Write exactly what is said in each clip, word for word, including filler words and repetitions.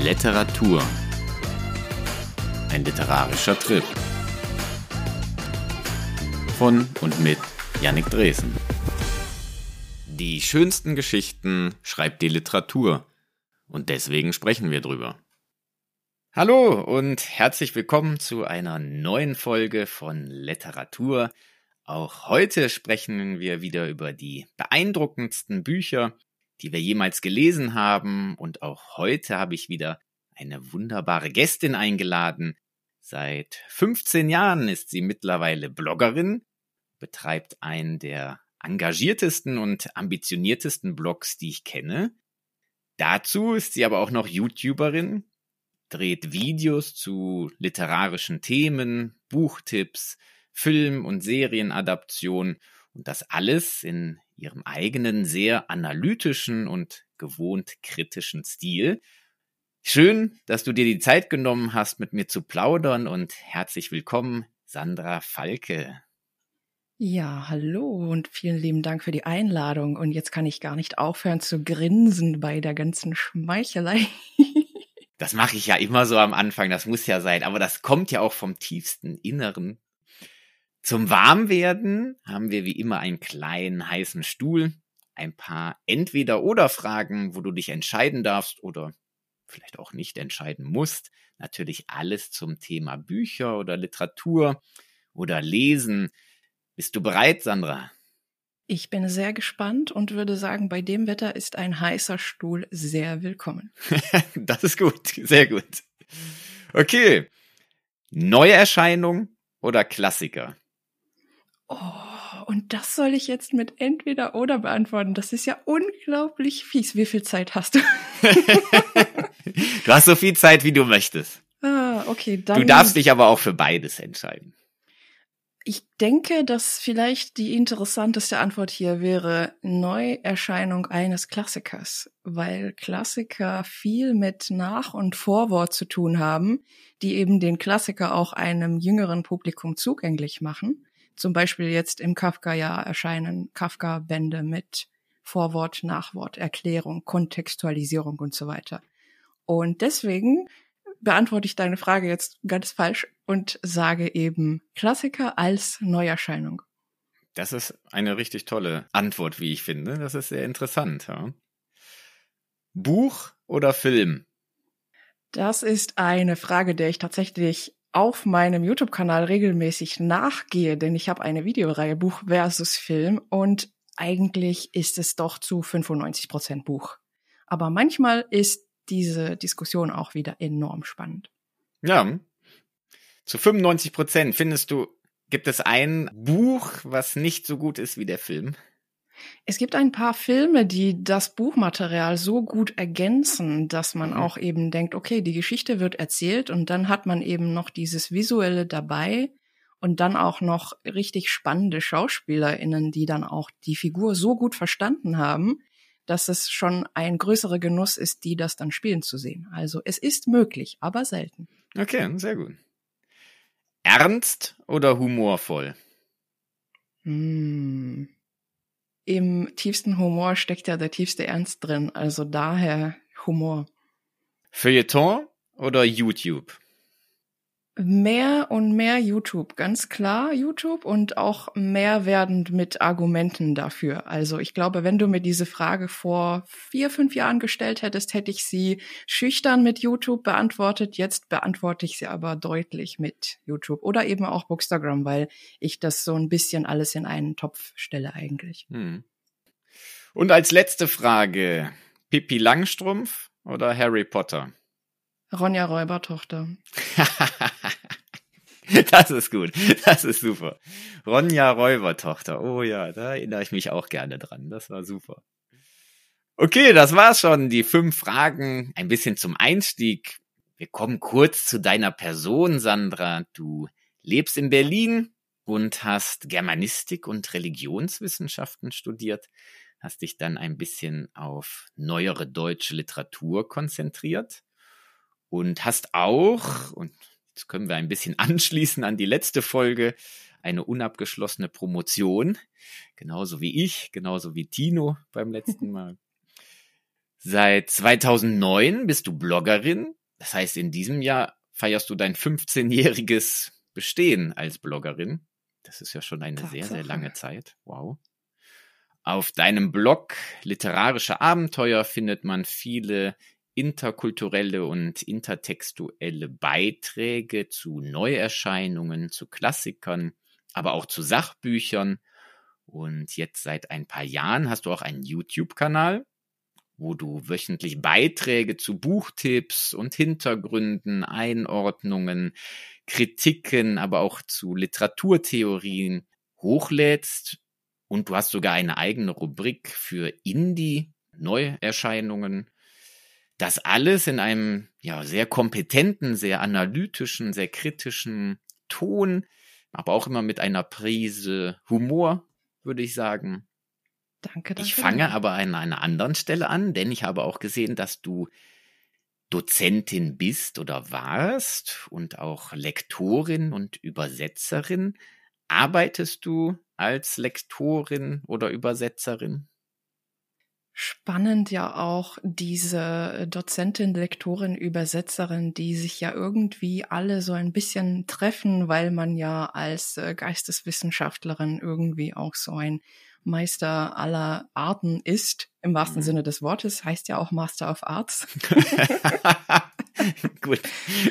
Literatur. Ein literarischer Trip. Von und mit Jannik Dresen. Die schönsten Geschichten schreibt die Literatur. Und deswegen sprechen wir drüber. Hallo und herzlich willkommen zu einer neuen Folge von Literatur. Auch heute sprechen wir wieder über die beeindruckendsten Bücher, die wir jemals gelesen haben. Und auch heute habe ich wieder eine wunderbare Gästin eingeladen. Seit fünfzehn Jahren ist sie mittlerweile Bloggerin, betreibt einen der engagiertesten und ambitioniertesten Blogs, die ich kenne. Dazu ist sie aber auch noch YouTuberin, dreht Videos zu literarischen Themen, Buchtipps, Film- und Serienadaptionen und das alles in ihrem eigenen, sehr analytischen und gewohnt kritischen Stil. Schön, dass du dir die Zeit genommen hast, mit mir zu plaudern und herzlich willkommen, Sandra Falke. Ja, hallo und vielen lieben Dank für die Einladung. Und jetzt kann ich gar nicht aufhören zu grinsen bei der ganzen Schmeichelei. Das mache ich ja immer so am Anfang, das muss ja sein, aber das kommt ja auch vom tiefsten Inneren. Zum Warmwerden haben wir wie immer einen kleinen heißen Stuhl, ein paar Entweder-oder-Fragen, wo du dich entscheiden darfst oder vielleicht auch nicht entscheiden musst. Natürlich alles zum Thema Bücher oder Literatur oder Lesen. Bist du bereit, Sandra? Ich bin sehr gespannt und würde sagen, bei dem Wetter ist ein heißer Stuhl sehr willkommen. Das ist gut, sehr gut. Okay, Neuerscheinung oder Klassiker? Oh, und das soll ich jetzt mit entweder oder beantworten. Das ist ja unglaublich fies. Wie viel Zeit hast du? Du hast so viel Zeit, wie du möchtest. Ah, okay, dann. Du darfst dich aber auch für beides entscheiden. Ich denke, dass vielleicht die interessanteste Antwort hier wäre Neuerscheinung eines Klassikers, weil Klassiker viel mit Nach- und Vorwort zu tun haben, die eben den Klassiker auch einem jüngeren Publikum zugänglich machen. Zum Beispiel jetzt im Kafka-Jahr erscheinen Kafka-Bände mit Vorwort, Nachwort, Erklärung, Kontextualisierung und so weiter. Und deswegen beantworte ich deine Frage jetzt ganz falsch und sage eben Klassiker als Neuerscheinung. Das ist eine richtig tolle Antwort, wie ich finde. Das ist sehr interessant. Ja. Buch oder Film? Das ist eine Frage, der ich tatsächlich auf meinem YouTube-Kanal regelmäßig nachgehe, denn ich habe eine Videoreihe Buch versus Film und eigentlich ist es doch zu fünfundneunzig Prozent Buch. Aber manchmal ist diese Diskussion auch wieder enorm spannend. Ja, zu fünfundneunzig Prozent findest du, gibt es ein Buch, was nicht so gut ist wie der Film? Es gibt ein paar Filme, die das Buchmaterial so gut ergänzen, dass man mhm. auch eben denkt, okay, die Geschichte wird erzählt und dann hat man eben noch dieses Visuelle dabei und dann auch noch richtig spannende SchauspielerInnen, die dann auch die Figur so gut verstanden haben, dass es schon ein größerer Genuss ist, die das dann spielen zu sehen. Also es ist möglich, aber selten. Okay, sehr gut. Ernst oder humorvoll? Hm. Im tiefsten Humor steckt ja der tiefste Ernst drin, also daher Humor. Feuilleton oder YouTube? Mehr und mehr YouTube, ganz klar YouTube und auch mehr werdend mit Argumenten dafür. Also ich glaube, wenn du mir diese Frage vor vier, fünf Jahren gestellt hättest, hätte ich sie schüchtern mit YouTube beantwortet. Jetzt beantworte ich sie aber deutlich mit YouTube oder eben auch Bookstagram, weil ich das so ein bisschen alles in einen Topf stelle eigentlich. Hm. Und als letzte Frage, Pippi Langstrumpf oder Harry Potter? Ronja Räubertochter. Das ist gut, das ist super. Ronja Räubertochter, oh ja, da erinnere ich mich auch gerne dran, das war super. Okay, das war's schon, die fünf Fragen, ein bisschen zum Einstieg. Wir kommen kurz zu deiner Person, Sandra. Du lebst in Berlin und hast Germanistik und Religionswissenschaften studiert, hast dich dann ein bisschen auf neuere deutsche Literatur konzentriert. Und hast auch, und jetzt können wir ein bisschen anschließen an die letzte Folge, eine unabgeschlossene Promotion, genauso wie ich, genauso wie Tino beim letzten Mal. Seit zweitausendneun bist du Bloggerin Das heißt, in diesem Jahr feierst du dein fünfzehnjähriges Bestehen als Bloggerin. Das ist ja schon eine Tatsache. sehr, sehr lange Zeit. Wow. Auf deinem Blog Literarische Abenteuer findet man viele interkulturelle und intertextuelle Beiträge zu Neuerscheinungen, zu Klassikern, aber auch zu Sachbüchern. Und jetzt seit ein paar Jahren hast du auch einen YouTube-Kanal, wo du wöchentlich Beiträge zu Buchtipps und Hintergründen, Einordnungen, Kritiken, aber auch zu Literaturtheorien hochlädst. Und du hast sogar eine eigene Rubrik für Indie-Neuerscheinungen. Das alles in einem ja sehr kompetenten, sehr analytischen, sehr kritischen Ton, aber auch immer mit einer Prise Humor, würde ich sagen. Danke, danke. Ich fange danke. aber an einer anderen Stelle an, denn ich habe auch gesehen, dass du Dozentin bist oder warst und auch Lektorin und Übersetzerin. Arbeitest du als Lektorin oder Übersetzerin? Spannend ja auch diese Dozentin, Lektorin, Übersetzerin, die sich ja irgendwie alle so ein bisschen treffen, weil man ja als Geisteswissenschaftlerin irgendwie auch so ein Meister aller Arten ist, im wahrsten mhm. Sinne des Wortes, heißt ja auch Master of Arts. Gut.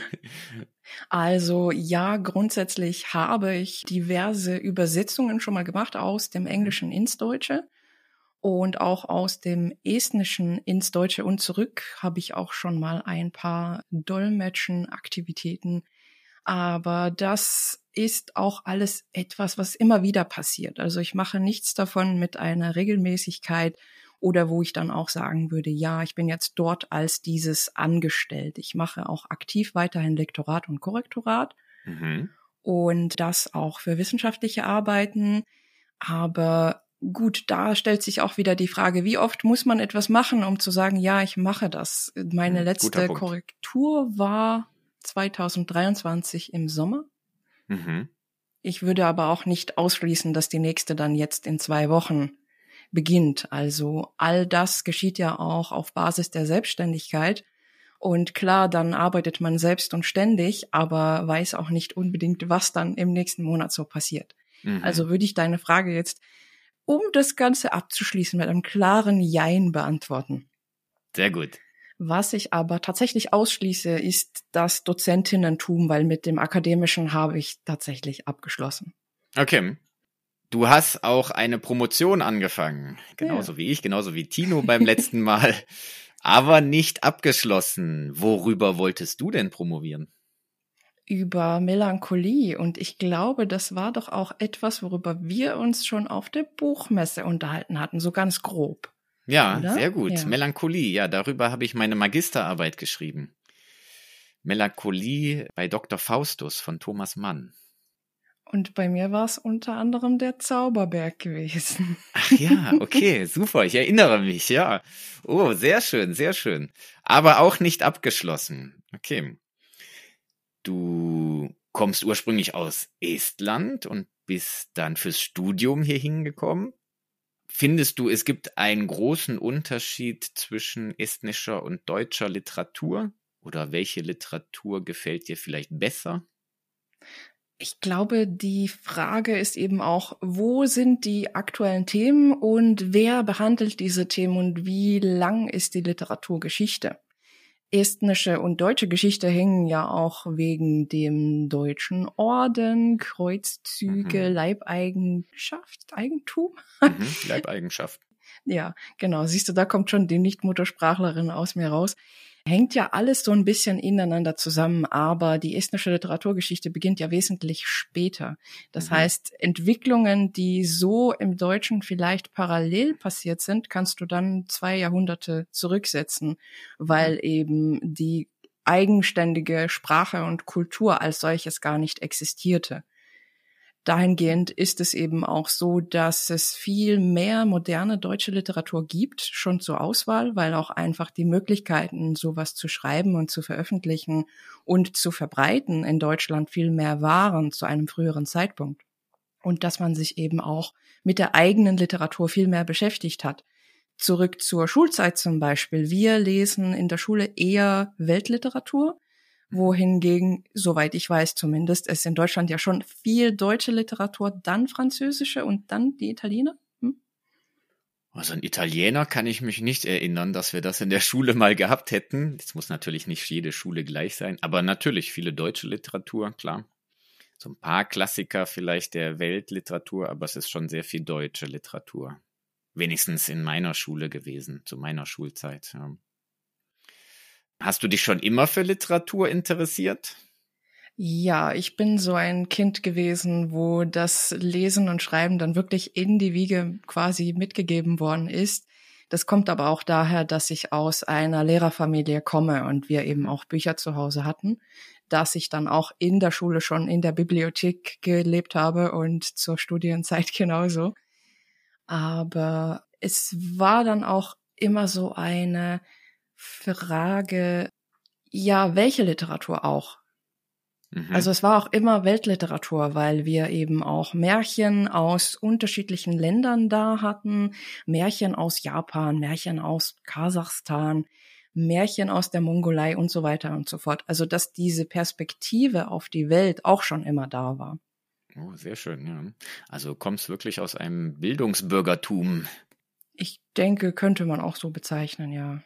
Also ja, grundsätzlich habe ich diverse Übersetzungen schon mal gemacht aus dem Englischen ins Deutsche. Und auch aus dem Estnischen ins Deutsche und zurück habe ich auch schon mal ein paar Dolmetschen-Aktivitäten. Aber das ist auch alles etwas, was immer wieder passiert. Also ich mache nichts davon mit einer Regelmäßigkeit oder wo ich dann auch sagen würde, ja, ich bin jetzt dort als dieses angestellt. Ich mache auch aktiv weiterhin Lektorat und Korrektorat mhm. und das auch für wissenschaftliche Arbeiten. Aber gut, da stellt sich auch wieder die Frage, wie oft muss man etwas machen, um zu sagen, ja, ich mache das. Meine letzte Korrektur war zweitausenddreiundzwanzig im Sommer. Mhm. Ich würde aber auch nicht ausschließen, dass die nächste dann jetzt in zwei Wochen beginnt. Also all das geschieht ja auch auf Basis der Selbstständigkeit. Und klar, dann arbeitet man selbst und ständig, aber weiß auch nicht unbedingt, was dann im nächsten Monat so passiert. Mhm. Also würde ich deine Frage jetzt, um das Ganze abzuschließen, mit einem klaren Jein beantworten. Sehr gut. Was ich aber tatsächlich ausschließe, ist das Dozentinnentum, weil mit dem Akademischen habe ich tatsächlich abgeschlossen. Okay. Du hast auch eine Promotion angefangen, genauso ja. wie ich, genauso wie Tino beim letzten Mal, aber nicht abgeschlossen. Worüber wolltest du denn promovieren? Über Melancholie. Und ich glaube, das war doch auch etwas, worüber wir uns schon auf der Buchmesse unterhalten hatten, so ganz grob. Ja, oder? Sehr gut. Ja. Melancholie, ja, darüber habe ich meine Magisterarbeit geschrieben. Melancholie bei Doktor Faustus von Thomas Mann. Und bei mir war es unter anderem der Zauberberg gewesen. Ach ja, okay, super, ich erinnere mich, ja. Oh, sehr schön, sehr schön. Aber auch nicht abgeschlossen. Okay. Du kommst ursprünglich aus Estland und bist dann fürs Studium hier hingekommen. Findest du, es gibt einen großen Unterschied zwischen estnischer und deutscher Literatur? Oder welche Literatur gefällt dir vielleicht besser? Ich glaube, die Frage ist eben auch, wo sind die aktuellen Themen und wer behandelt diese Themen und wie lang ist die Literaturgeschichte? Estnische und deutsche Geschichte hängen ja auch wegen dem deutschen Orden, Kreuzzüge, mhm. Leibeigenschaft, Eigentum. Mhm, Leibeigenschaft. Ja, genau. Siehst du, da kommt schon die Nicht-Muttersprachlerin aus mir raus. Hängt ja alles so ein bisschen ineinander zusammen, aber die estnische Literaturgeschichte beginnt ja wesentlich später. Das mhm. heißt, Entwicklungen, die so im Deutschen vielleicht parallel passiert sind, kannst du dann zwei Jahrhunderte zurücksetzen, weil mhm. eben die eigenständige Sprache und Kultur als solches gar nicht existierte. Dahingehend ist es eben auch so, dass es viel mehr moderne deutsche Literatur gibt, schon zur Auswahl, weil auch einfach die Möglichkeiten, sowas zu schreiben und zu veröffentlichen und zu verbreiten in Deutschland viel mehr waren zu einem früheren Zeitpunkt. Und dass man sich eben auch mit der eigenen Literatur viel mehr beschäftigt hat. zurück zur Schulzeit zum Beispiel. Wir lesen in der Schule eher Weltliteratur, wohingegen, soweit ich weiß zumindest, es in Deutschland ja schon viel deutsche Literatur, dann französische und dann die Italiener. Hm? Also an Italiener kann ich mich nicht erinnern, dass wir das in der Schule mal gehabt hätten. Es muss natürlich nicht jede Schule gleich sein, aber natürlich viele deutsche Literatur, klar. So ein paar Klassiker vielleicht der Weltliteratur, aber es ist schon sehr viel deutsche Literatur. Wenigstens in meiner Schule gewesen, zu meiner Schulzeit. Ja. Hast du dich schon immer für Literatur interessiert? Ja, ich bin so ein Kind gewesen, wo das Lesen und Schreiben dann wirklich in die Wiege quasi mitgegeben worden ist. Das kommt aber auch daher, dass ich aus einer Lehrerfamilie komme und wir eben auch Bücher zu Hause hatten, dass ich dann auch in der Schule schon in der Bibliothek gelebt habe und zur Studienzeit genauso. Aber es war dann auch immer so eine Frage, ja, welche Literatur auch? Mhm. Also es war auch immer Weltliteratur, weil wir eben auch Märchen aus unterschiedlichen Ländern da hatten, Märchen aus Japan, Märchen aus Kasachstan, Märchen aus der Mongolei und so weiter und so fort. Also dass diese Perspektive auf die Welt auch schon immer da war. Oh, sehr schön, ja. Also kommst wirklich aus einem Bildungsbürgertum. Ich denke, könnte man auch so bezeichnen, ja.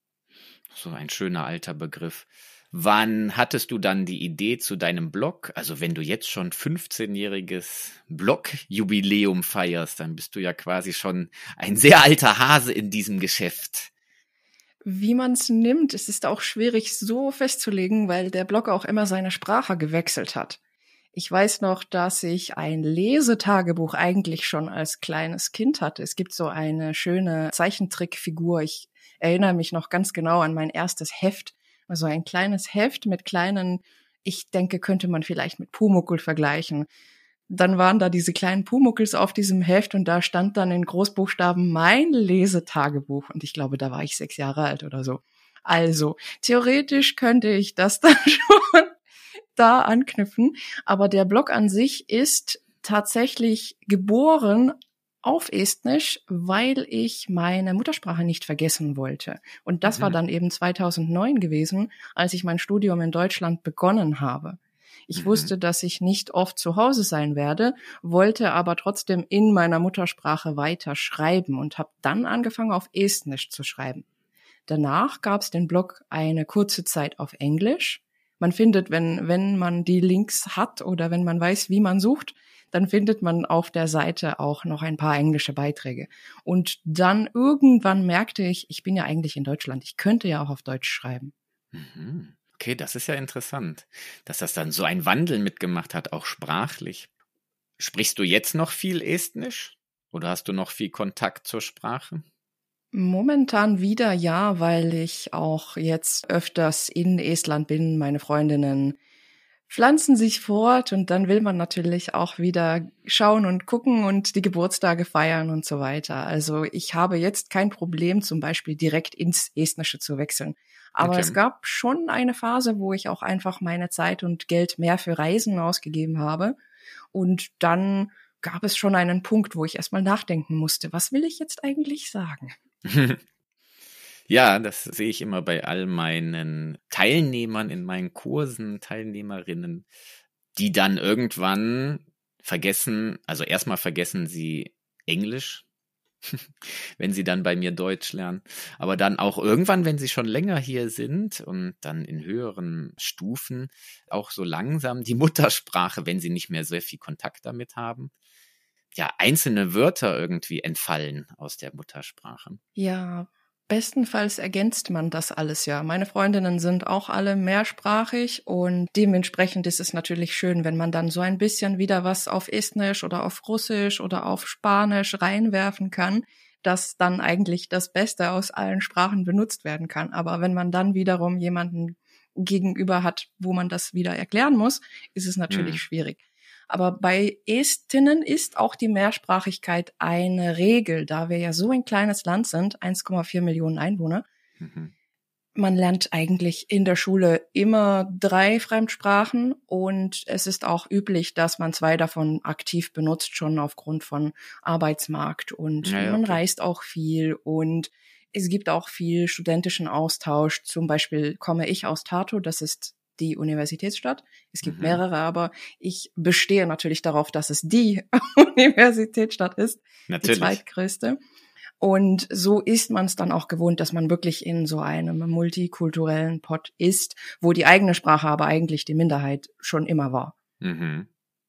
So ein schöner alter Begriff. Wann hattest du dann die Idee zu deinem Blog? Also wenn du jetzt schon fünfzehnjähriges Blog-Jubiläum feierst, dann bist du ja quasi schon ein sehr alter Hase in diesem Geschäft. Wie man es nimmt, es ist auch schwierig so festzulegen, weil der Blog auch immer seine Sprache gewechselt hat. Ich weiß noch, dass ich ein Lesetagebuch eigentlich schon als kleines Kind hatte. Es gibt so eine schöne Zeichentrickfigur. Ich erinnere mich noch ganz genau an mein erstes Heft. Also ein kleines Heft mit kleinen, ich denke, könnte man vielleicht mit Pumuckl vergleichen. Dann waren da diese kleinen Pumuckls auf diesem Heft und da stand dann in Großbuchstaben mein Lesetagebuch. Und ich glaube, da war ich sechs Jahre alt oder so. Also, theoretisch könnte ich das dann schon da anknüpfen. Aber der Blog an sich ist tatsächlich geboren auf Estnisch, weil ich meine Muttersprache nicht vergessen wollte. Und das mhm. war dann eben zweitausendneun gewesen, als ich mein Studium in Deutschland begonnen habe. Ich mhm. wusste, dass ich nicht oft zu Hause sein werde, wollte aber trotzdem in meiner Muttersprache weiter schreiben und habe dann angefangen, auf Estnisch zu schreiben. Danach gab es den Blog eine kurze Zeit auf Englisch. Man findet, wenn, wenn man die Links hat oder wenn man weiß, wie man sucht, dann findet man auf der Seite auch noch ein paar englische Beiträge. Und dann irgendwann merkte ich, ich bin ja eigentlich in Deutschland, ich könnte ja auch auf Deutsch schreiben. Okay, das ist ja interessant, dass das dann so einen Wandel mitgemacht hat, auch sprachlich. Sprichst du jetzt noch viel Estnisch oder hast du noch viel Kontakt zur Sprache? Momentan wieder ja, weil ich auch jetzt öfters in Estland bin. Meine Freundinnen pflanzen sich fort und dann will man natürlich auch wieder schauen und gucken und die Geburtstage feiern und so weiter. Also ich habe jetzt kein Problem, zum Beispiel direkt ins Estnische zu wechseln. Aber okay. Es gab schon eine Phase, wo ich auch einfach meine Zeit und Geld mehr für Reisen ausgegeben habe. Und dann gab es schon einen Punkt, wo ich erstmal nachdenken musste, was will ich jetzt eigentlich sagen? Ja, das sehe ich immer bei all meinen Teilnehmern in meinen Kursen, Teilnehmerinnen, die dann irgendwann vergessen, also erstmal vergessen sie Englisch, wenn sie dann bei mir Deutsch lernen, aber dann auch irgendwann, wenn sie schon länger hier sind und dann in höheren Stufen auch so langsam die Muttersprache, wenn sie nicht mehr sehr viel Kontakt damit haben, ja, einzelne Wörter irgendwie entfallen aus der Muttersprache. Ja, bestenfalls ergänzt man das alles ja. Meine Freundinnen sind auch alle mehrsprachig und dementsprechend ist es natürlich schön, wenn man dann so ein bisschen wieder was auf Estnisch oder auf Russisch oder auf Spanisch reinwerfen kann, dass dann eigentlich das Beste aus allen Sprachen benutzt werden kann. Aber wenn man dann wiederum jemanden gegenüber hat, wo man das wieder erklären muss, ist es natürlich hm. schwierig. Aber bei Estinnen ist auch die Mehrsprachigkeit eine Regel, da wir ja so ein kleines Land sind, eins Komma vier Millionen Einwohner, mhm. Man lernt eigentlich in der Schule immer drei Fremdsprachen und es ist auch üblich, dass man zwei davon aktiv benutzt, schon aufgrund von Arbeitsmarkt und Ja, ja, man okay. reist auch viel und es gibt auch viel studentischen Austausch. Zum Beispiel komme ich aus Tartu, das ist die Universitätsstadt. Es gibt Mhm. mehrere, aber ich bestehe natürlich darauf, dass es die Universitätsstadt ist, Natürlich. die zweitgrößte. Und so ist man es dann auch gewohnt, dass man wirklich in so einem multikulturellen Pott ist, wo die eigene Sprache aber eigentlich die Minderheit schon immer war. Mhm.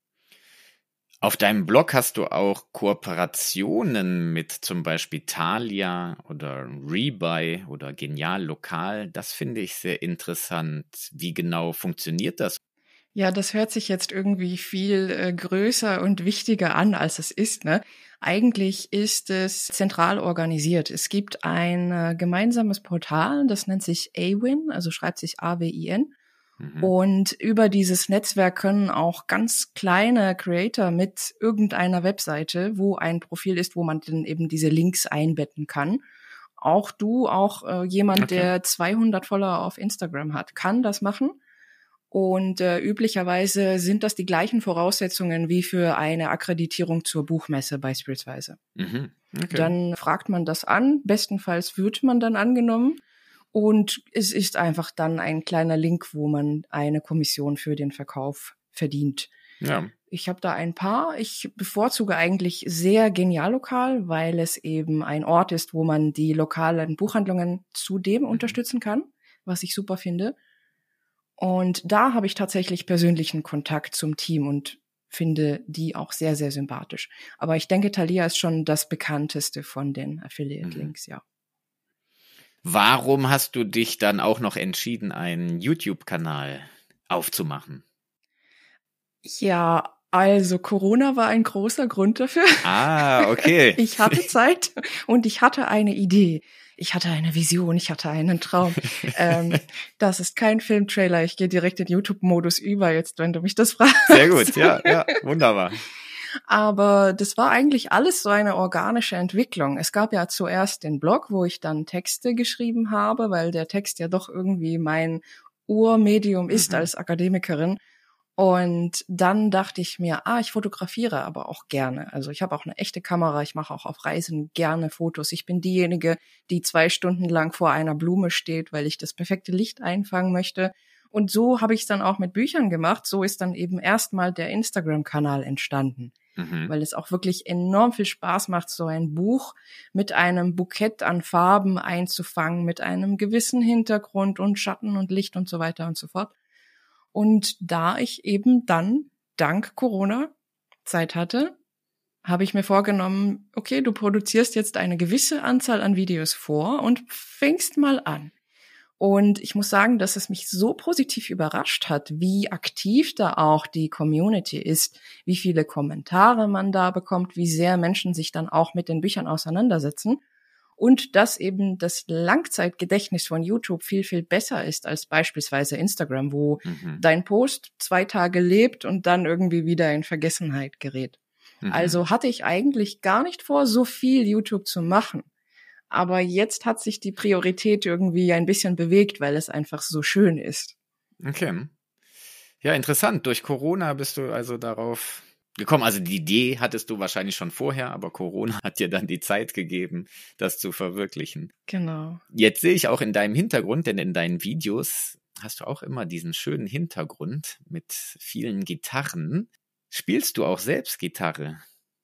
Auf deinem Blog hast du auch Kooperationen mit zum Beispiel Thalia oder Rebuy oder Genial Lokal. Das finde ich sehr interessant. Wie genau funktioniert das? Ja, das hört sich jetzt irgendwie viel äh, größer und wichtiger an, als es ist, ne? Eigentlich ist es zentral organisiert. Es gibt ein äh, gemeinsames Portal, das nennt sich Awin, also schreibt sich A W I N. Mhm. Und über dieses Netzwerk können auch ganz kleine Creator mit irgendeiner Webseite, wo ein Profil ist, wo man dann eben diese Links einbetten kann. Auch du, auch äh, jemand, Okay. der zweihundert Follower auf Instagram hat, kann das machen. Und äh, üblicherweise sind das die gleichen Voraussetzungen wie für eine Akkreditierung zur Buchmesse beispielsweise. Mhm. Okay. Dann fragt man das an, bestenfalls wird man dann angenommen und es ist einfach dann ein kleiner Link, wo man eine Kommission für den Verkauf verdient. Ja. Ich habe da ein paar. Ich bevorzuge eigentlich sehr Genial Lokal, weil es eben ein Ort ist, wo man die lokalen Buchhandlungen zudem Mhm. unterstützen kann, was ich super finde. Und da habe ich tatsächlich persönlichen Kontakt zum Team und finde die auch sehr, sehr sympathisch. Aber ich denke, Thalia ist schon das bekannteste von den Affiliate-Links, Mhm. ja. Warum hast du dich dann auch noch entschieden, einen YouTube-Kanal aufzumachen? Ja, also Corona war ein großer Grund dafür. Ah, okay. Ich hatte Zeit und ich hatte eine Idee. Ich hatte eine Vision, ich hatte einen Traum. ähm, das ist kein Filmtrailer, ich gehe direkt in YouTube-Modus über jetzt, wenn du mich das fragst. Sehr gut, ja, ja, wunderbar. Aber das war eigentlich alles so eine organische Entwicklung. Es gab ja zuerst den Blog, wo ich dann Texte geschrieben habe, weil der Text ja doch irgendwie mein Urmedium ist Mhm. als Akademikerin. Und dann dachte ich mir, ah, ich fotografiere aber auch gerne. Also ich habe auch eine echte Kamera, ich mache auch auf Reisen gerne Fotos. Ich bin diejenige, die zwei Stunden lang vor einer Blume steht, weil ich das perfekte Licht einfangen möchte. Und so habe ich es dann auch mit Büchern gemacht. So ist dann eben erstmal der Instagram-Kanal entstanden, Mhm. weil es auch wirklich enorm viel Spaß macht, so ein Buch mit einem Bukett an Farben einzufangen, mit einem gewissen Hintergrund und Schatten und Licht und so weiter und so fort. Und da ich eben dann, dank Corona, Zeit hatte, habe ich mir vorgenommen, okay, du produzierst jetzt eine gewisse Anzahl an Videos vor und fängst mal an. Und ich muss sagen, dass es mich so positiv überrascht hat, wie aktiv da auch die Community ist, wie viele Kommentare man da bekommt, wie sehr Menschen sich dann auch mit den Büchern auseinandersetzen. Und dass eben das Langzeitgedächtnis von YouTube viel, viel besser ist als beispielsweise Instagram, wo Mhm. dein Post zwei Tage lebt und dann irgendwie wieder in Vergessenheit gerät. Mhm. Also hatte ich eigentlich gar nicht vor, so viel YouTube zu machen. Aber jetzt hat sich die Priorität irgendwie ein bisschen bewegt, weil es einfach so schön ist. Okay. Ja, interessant. Durch Corona bist du also darauf gekommen. Also die Idee hattest du wahrscheinlich schon vorher, aber Corona hat dir dann die Zeit gegeben, das zu verwirklichen. Genau. Jetzt sehe ich auch in deinem Hintergrund, denn in deinen Videos hast du auch immer diesen schönen Hintergrund mit vielen Gitarren. Spielst du auch selbst Gitarre?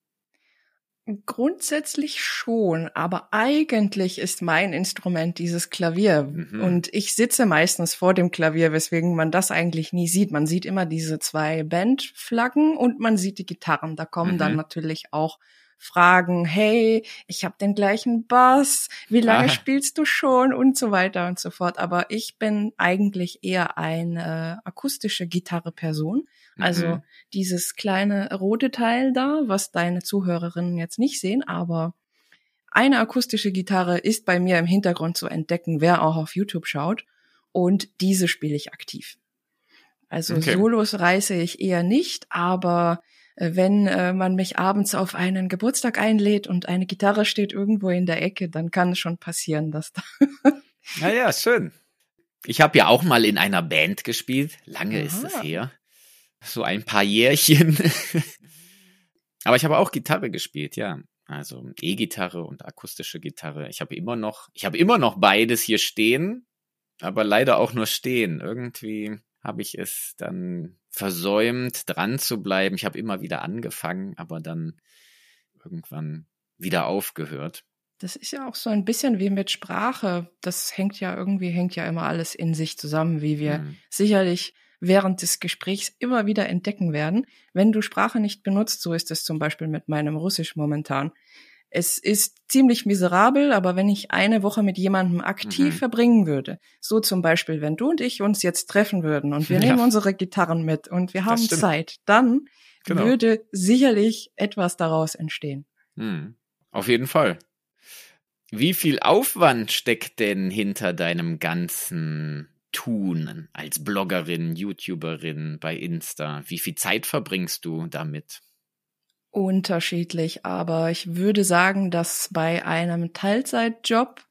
Grundsätzlich schon, aber eigentlich ist mein Instrument dieses Klavier. Mhm. Und ich sitze meistens vor dem Klavier, weswegen man das eigentlich nie sieht. Man sieht immer diese zwei Bandflaggen und man sieht die Gitarren. Da kommen Mhm. dann natürlich auch Fragen, hey, ich habe den gleichen Bass, wie lange Ah. spielst du schon und so weiter und so fort. Aber ich bin eigentlich eher eine akustische Gitarre-Person. Also Mhm. dieses kleine rote Teil da, was deine Zuhörerinnen jetzt nicht sehen, aber eine akustische Gitarre ist bei mir im Hintergrund zu entdecken, wer auch auf YouTube schaut. Und diese spiele ich aktiv. Also Okay. Solos reiße ich eher nicht, aber wenn äh, man mich abends auf einen Geburtstag einlädt und eine Gitarre steht irgendwo in der Ecke, dann kann es schon passieren, dass da Naja, schön. Ich habe ja auch mal in einer Band gespielt. Lange Aha. ist es her. So ein paar Jährchen. Aber ich habe auch Gitarre gespielt, ja. Also E-Gitarre und akustische Gitarre. Ich habe immer noch, ich habe immer noch beides hier stehen, aber leider auch nur stehen. Irgendwie habe ich es dann versäumt, dran zu bleiben. Ich habe immer wieder angefangen, aber dann irgendwann wieder aufgehört. Das ist ja auch so ein bisschen wie mit Sprache. Das hängt ja irgendwie, hängt ja immer alles in sich zusammen, wie wir Hm. sicherlich während des Gesprächs immer wieder entdecken werden. Wenn du Sprache nicht benutzt, so ist es zum Beispiel mit meinem Russisch momentan. Es ist ziemlich miserabel, aber wenn ich eine Woche mit jemandem aktiv Mhm. verbringen würde, so zum Beispiel, wenn du und ich uns jetzt treffen würden und wir Ja. nehmen unsere Gitarren mit und wir haben stimmt. Zeit, dann Genau. würde sicherlich etwas daraus entstehen. Hm. Auf jeden Fall. Wie viel Aufwand steckt denn hinter deinem ganzen Tun als Bloggerin, YouTuberin bei Insta? Wie viel Zeit verbringst du damit? Unterschiedlich, aber ich würde sagen, dass bei einem Teilzeitjob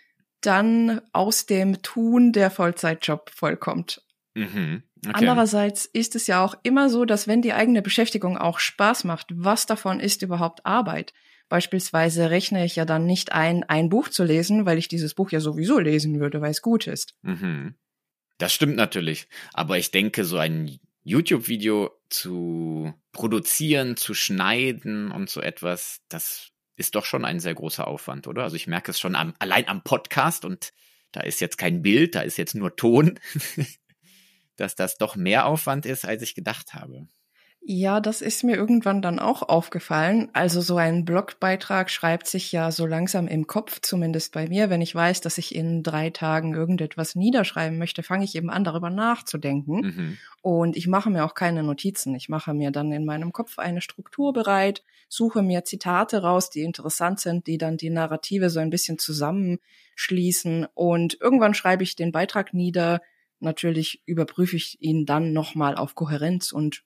dann aus dem Tun der Vollzeitjob vollkommt. Mhm. Okay. Andererseits ist es ja auch immer so, dass wenn die eigene Beschäftigung auch Spaß macht, was davon ist überhaupt Arbeit? Beispielsweise rechne ich ja dann nicht ein, ein Buch zu lesen, weil ich dieses Buch ja sowieso lesen würde, weil es gut ist. Mhm. Das stimmt natürlich. Aber ich denke, so ein YouTube-Video zu produzieren, zu schneiden und so etwas, das ist doch schon ein sehr großer Aufwand, oder? Also ich merke es schon am, allein am Podcast und da ist jetzt kein Bild, da ist jetzt nur Ton, dass das doch mehr Aufwand ist, als ich gedacht habe. Ja, das ist mir irgendwann dann auch aufgefallen. Also so ein Blogbeitrag schreibt sich ja so langsam im Kopf, zumindest bei mir. Wenn ich weiß, dass ich in drei Tagen irgendetwas niederschreiben möchte, fange ich eben an, darüber nachzudenken. Mhm. Und ich mache mir auch keine Notizen. Ich mache mir dann in meinem Kopf eine Struktur bereit, suche mir Zitate raus, die interessant sind, die dann die Narrative so ein bisschen zusammenschließen. Und irgendwann schreibe ich den Beitrag nieder. Natürlich überprüfe ich ihn dann nochmal auf Kohärenz und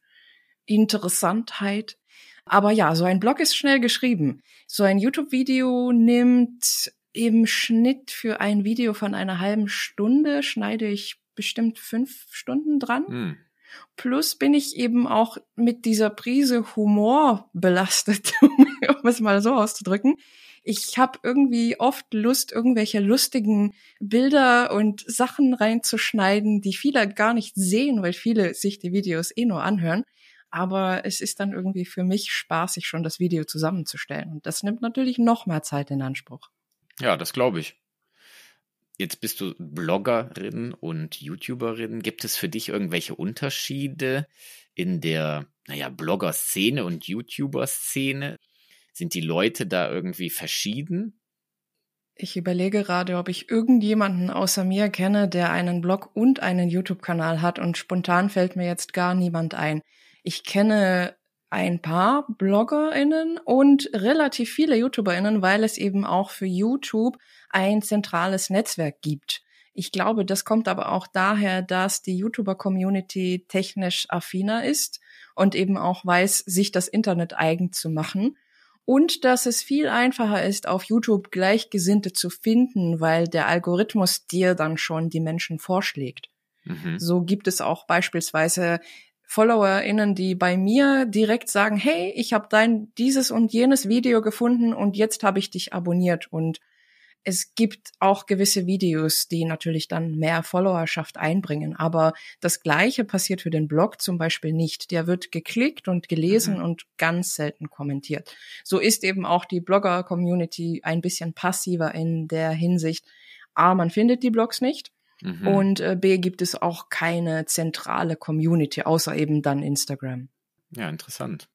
Interessantheit. Aber ja, so ein Blog ist schnell geschrieben. So ein YouTube-Video nimmt im Schnitt für ein Video von einer halben Stunde, schneide ich bestimmt fünf Stunden dran. Mhm. Plus bin ich eben auch mit dieser Prise Humor belastet, um es mal so auszudrücken. Ich habe irgendwie oft Lust, irgendwelche lustigen Bilder und Sachen reinzuschneiden, die viele gar nicht sehen, weil viele sich die Videos eh nur anhören. Aber es ist dann irgendwie für mich spaßig, schon das Video zusammenzustellen. Und das nimmt natürlich noch mehr Zeit in Anspruch. Ja, das glaube ich. Jetzt bist du Bloggerin und YouTuberin. Gibt es für dich irgendwelche Unterschiede in der, naja, Blogger-Szene und YouTuber-Szene? Sind die Leute da irgendwie verschieden? Ich überlege gerade, ob ich irgendjemanden außer mir kenne, der einen Blog und einen YouTube-Kanal hat. Und spontan fällt mir jetzt gar niemand ein. Ich kenne ein paar BloggerInnen und relativ viele YouTuberInnen, weil es eben auch für YouTube ein zentrales Netzwerk gibt. Ich glaube, das kommt aber auch daher, dass die YouTuber-Community technisch affiner ist und eben auch weiß, sich das Internet eigen zu machen. Und dass es viel einfacher ist, auf YouTube Gleichgesinnte zu finden, weil der Algorithmus dir dann schon die Menschen vorschlägt. Mhm. So gibt es auch beispielsweise FollowerInnen, die bei mir direkt sagen, hey, ich habe dein dieses und jenes Video gefunden und jetzt habe ich dich abonniert. Und es gibt auch gewisse Videos, die natürlich dann mehr Followerschaft einbringen. Aber das Gleiche passiert für den Blog zum Beispiel nicht. Der wird geklickt und gelesen Mhm. und ganz selten kommentiert. So ist eben auch die Blogger-Community ein bisschen passiver in der Hinsicht, A, man findet die Blogs nicht. Mhm. Und äh, B, gibt es auch keine zentrale Community, außer eben dann Instagram. Ja, interessant.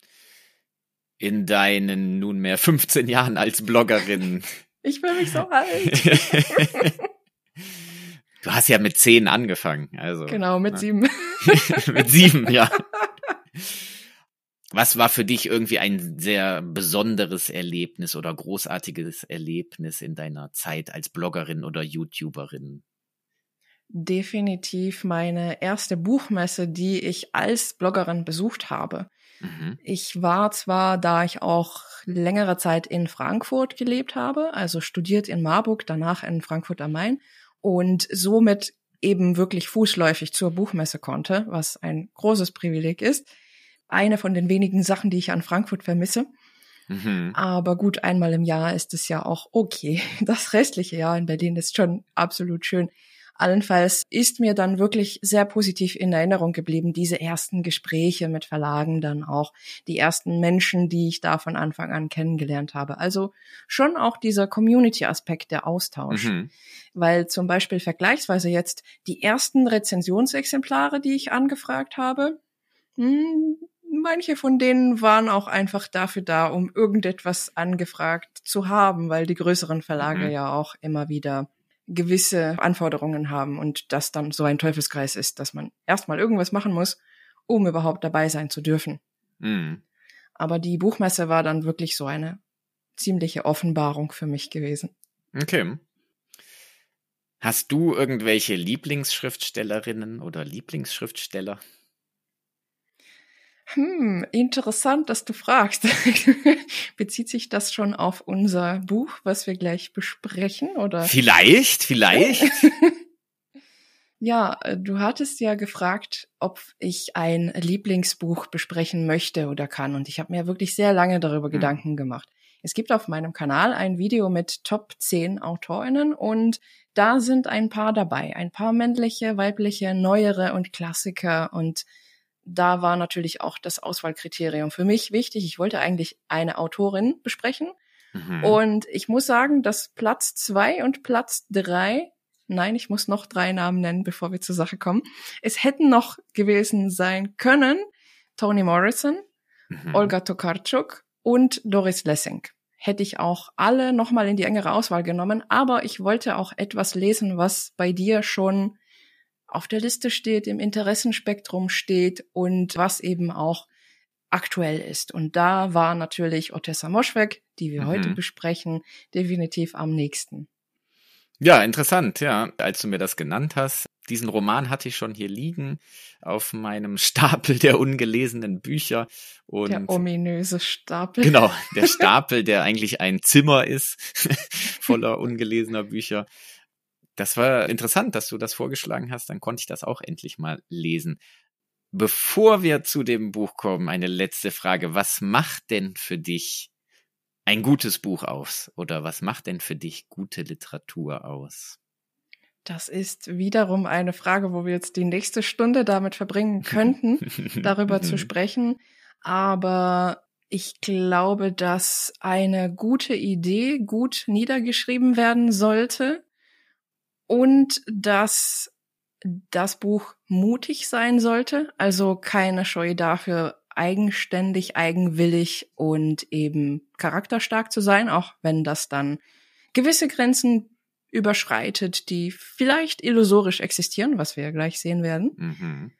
In deinen nunmehr fünfzehn Jahren als Bloggerin. Ich fühle mich so alt. Du hast ja mit zehn angefangen. Also, Genau, mit na. sieben. Mit sieben, ja. Was war für dich irgendwie ein sehr besonderes Erlebnis oder großartiges Erlebnis in deiner Zeit als Bloggerin oder YouTuberin? Definitiv meine erste Buchmesse, die ich als Bloggerin besucht habe. Mhm. Ich war zwar, da ich auch längere Zeit in Frankfurt gelebt habe, also studiert in Marburg, danach in Frankfurt am Main und somit eben wirklich fußläufig zur Buchmesse konnte, was ein großes Privileg ist. Eine von den wenigen Sachen, die ich an Frankfurt vermisse. Mhm. Aber gut, einmal im Jahr ist es ja auch okay. Das restliche Jahr in Berlin ist schon absolut schön. Allenfalls ist mir dann wirklich sehr positiv in Erinnerung geblieben, diese ersten Gespräche mit Verlagen, dann auch die ersten Menschen, die ich da von Anfang an kennengelernt habe. Also schon auch dieser Community-Aspekt, der Austausch. Mhm. Weil zum Beispiel vergleichsweise jetzt die ersten Rezensionsexemplare, die ich angefragt habe, mh, manche von denen waren auch einfach dafür da, um irgendetwas angefragt zu haben, weil die größeren Verlage mhm. ja auch immer wieder gewisse Anforderungen haben und das dann so ein Teufelskreis ist, dass man erstmal irgendwas machen muss, um überhaupt dabei sein zu dürfen. Mhm. Aber die Buchmesse war dann wirklich so eine ziemliche Offenbarung für mich gewesen. Okay. Hast du irgendwelche Lieblingsschriftstellerinnen oder Lieblingsschriftsteller? Hm, interessant, dass du fragst. Bezieht sich das schon auf unser Buch, was wir gleich besprechen, oder? Vielleicht, vielleicht. Ja, du hattest ja gefragt, ob ich ein Lieblingsbuch besprechen möchte oder kann. Und ich habe mir wirklich sehr lange darüber hm. Gedanken gemacht. Es gibt auf meinem Kanal ein Video mit Top zehn AutorInnen und da sind ein paar dabei. Ein paar männliche, weibliche, neuere und Klassiker, und da war natürlich auch das Auswahlkriterium für mich wichtig. Ich wollte eigentlich eine Autorin besprechen. Mhm. Und ich muss sagen, dass Platz zwei und Platz drei, nein, ich muss noch drei Namen nennen, bevor wir zur Sache kommen. Es hätten noch gewesen sein können Toni Morrison, mhm. Olga Tokarczuk und Doris Lessing. Hätte ich auch alle nochmal in die engere Auswahl genommen. Aber ich wollte auch etwas lesen, was bei dir schon auf der Liste steht, im Interessenspektrum steht und was eben auch aktuell ist. Und da war natürlich Ottessa Moschweg, die wir mhm. heute besprechen, definitiv am nächsten. Ja, interessant, ja. Als du mir das genannt hast, diesen Roman hatte ich schon hier liegen auf meinem Stapel der ungelesenen Bücher. Und der ominöse Stapel. Genau, der Stapel, der eigentlich ein Zimmer ist, voller ungelesener Bücher. Das war interessant, dass du das vorgeschlagen hast, dann konnte ich das auch endlich mal lesen. Bevor wir zu dem Buch kommen, eine letzte Frage. Was macht denn für dich ein gutes Buch aus? Oder was macht denn für dich gute Literatur aus? Das ist wiederum eine Frage, wo wir jetzt die nächste Stunde damit verbringen könnten, darüber zu sprechen. Aber ich glaube, dass eine gute Idee gut niedergeschrieben werden sollte. Und dass das Buch mutig sein sollte, also keine Scheu dafür, eigenständig, eigenwillig und eben charakterstark zu sein, auch wenn das dann gewisse Grenzen überschreitet, die vielleicht illusorisch existieren, was wir ja gleich sehen werden. Mhm.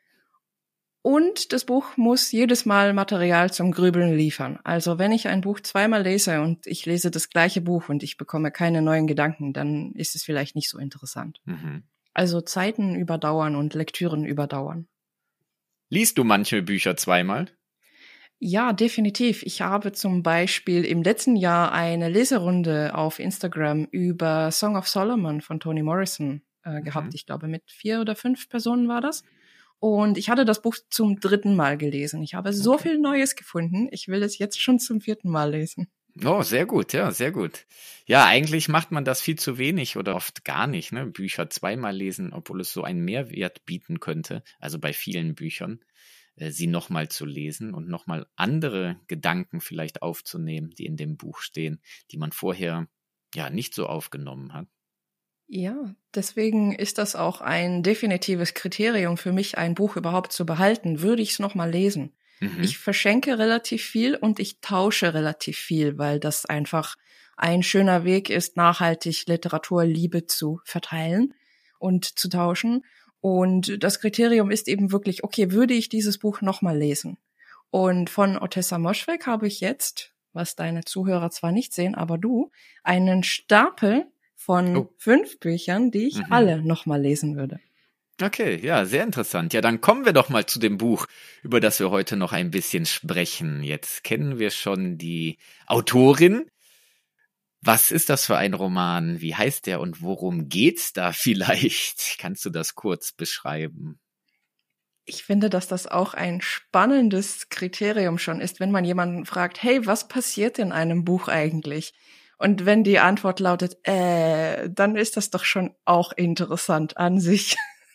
Und das Buch muss jedes Mal Material zum Grübeln liefern. Also wenn ich ein Buch zweimal lese und ich lese das gleiche Buch und ich bekomme keine neuen Gedanken, dann ist es vielleicht nicht so interessant. Mhm. Also Zeiten überdauern und Lektüren überdauern. Liest du manche Bücher zweimal? Ja, definitiv. Ich habe zum Beispiel im letzten Jahr eine Leserunde auf Instagram über Song of Solomon von Toni Morrison äh, gehabt. Mhm. Ich glaube, mit vier oder fünf Personen war das. Und ich hatte das Buch zum dritten Mal gelesen. Ich habe so okay. viel Neues gefunden. Ich will es jetzt schon zum vierten Mal lesen. Oh, sehr gut, ja, sehr gut. Ja, eigentlich macht man das viel zu wenig oder oft gar nicht, ne? Bücher zweimal lesen, obwohl es so einen Mehrwert bieten könnte. Also bei vielen Büchern, äh, sie nochmal zu lesen und nochmal andere Gedanken vielleicht aufzunehmen, die in dem Buch stehen, die man vorher ja nicht so aufgenommen hat. Ja, deswegen ist das auch ein definitives Kriterium für mich, ein Buch überhaupt zu behalten. Würde ich es nochmal lesen? Mhm. Ich verschenke relativ viel und ich tausche relativ viel, weil das einfach ein schöner Weg ist, nachhaltig Literaturliebe zu verteilen und zu tauschen. Und das Kriterium ist eben wirklich, okay, würde ich dieses Buch nochmal lesen? Und von Ottessa Moschweg habe ich jetzt, was deine Zuhörer zwar nicht sehen, aber du, einen Stapel von oh. fünf Büchern, die ich mhm. alle nochmal lesen würde. Okay, ja, sehr interessant. Ja, dann kommen wir doch mal zu dem Buch, über das wir heute noch ein bisschen sprechen. Jetzt kennen wir schon die Autorin. Was ist das für ein Roman? Wie heißt der und worum geht's da vielleicht? Kannst du das kurz beschreiben? Ich finde, dass das auch ein spannendes Kriterium schon ist, wenn man jemanden fragt, hey, was passiert in einem Buch eigentlich? Und wenn die Antwort lautet, äh, dann ist das doch schon auch interessant an sich.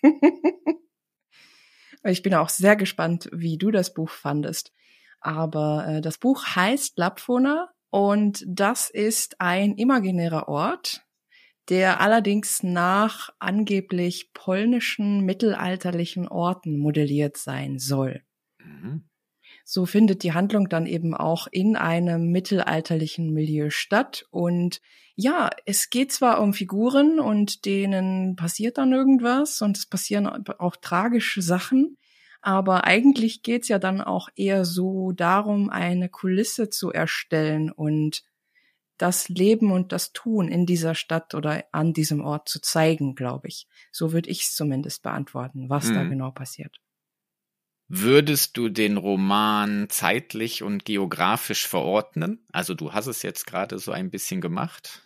Ich bin auch sehr gespannt, wie du das Buch fandest. Aber äh, das Buch heißt Lapfona und das ist ein imaginärer Ort, der allerdings nach angeblich polnischen mittelalterlichen Orten modelliert sein soll. Mhm. So findet die Handlung dann eben auch in einem mittelalterlichen Milieu statt. Und ja, es geht zwar um Figuren und denen passiert dann irgendwas und es passieren auch tragische Sachen, aber eigentlich geht's ja dann auch eher so darum, eine Kulisse zu erstellen und das Leben und das Tun in dieser Stadt oder an diesem Ort zu zeigen, glaube ich. So würde ich es zumindest beantworten, was mhm. da genau passiert. Würdest du den Roman zeitlich und geografisch verordnen? Also du hast es jetzt gerade so ein bisschen gemacht.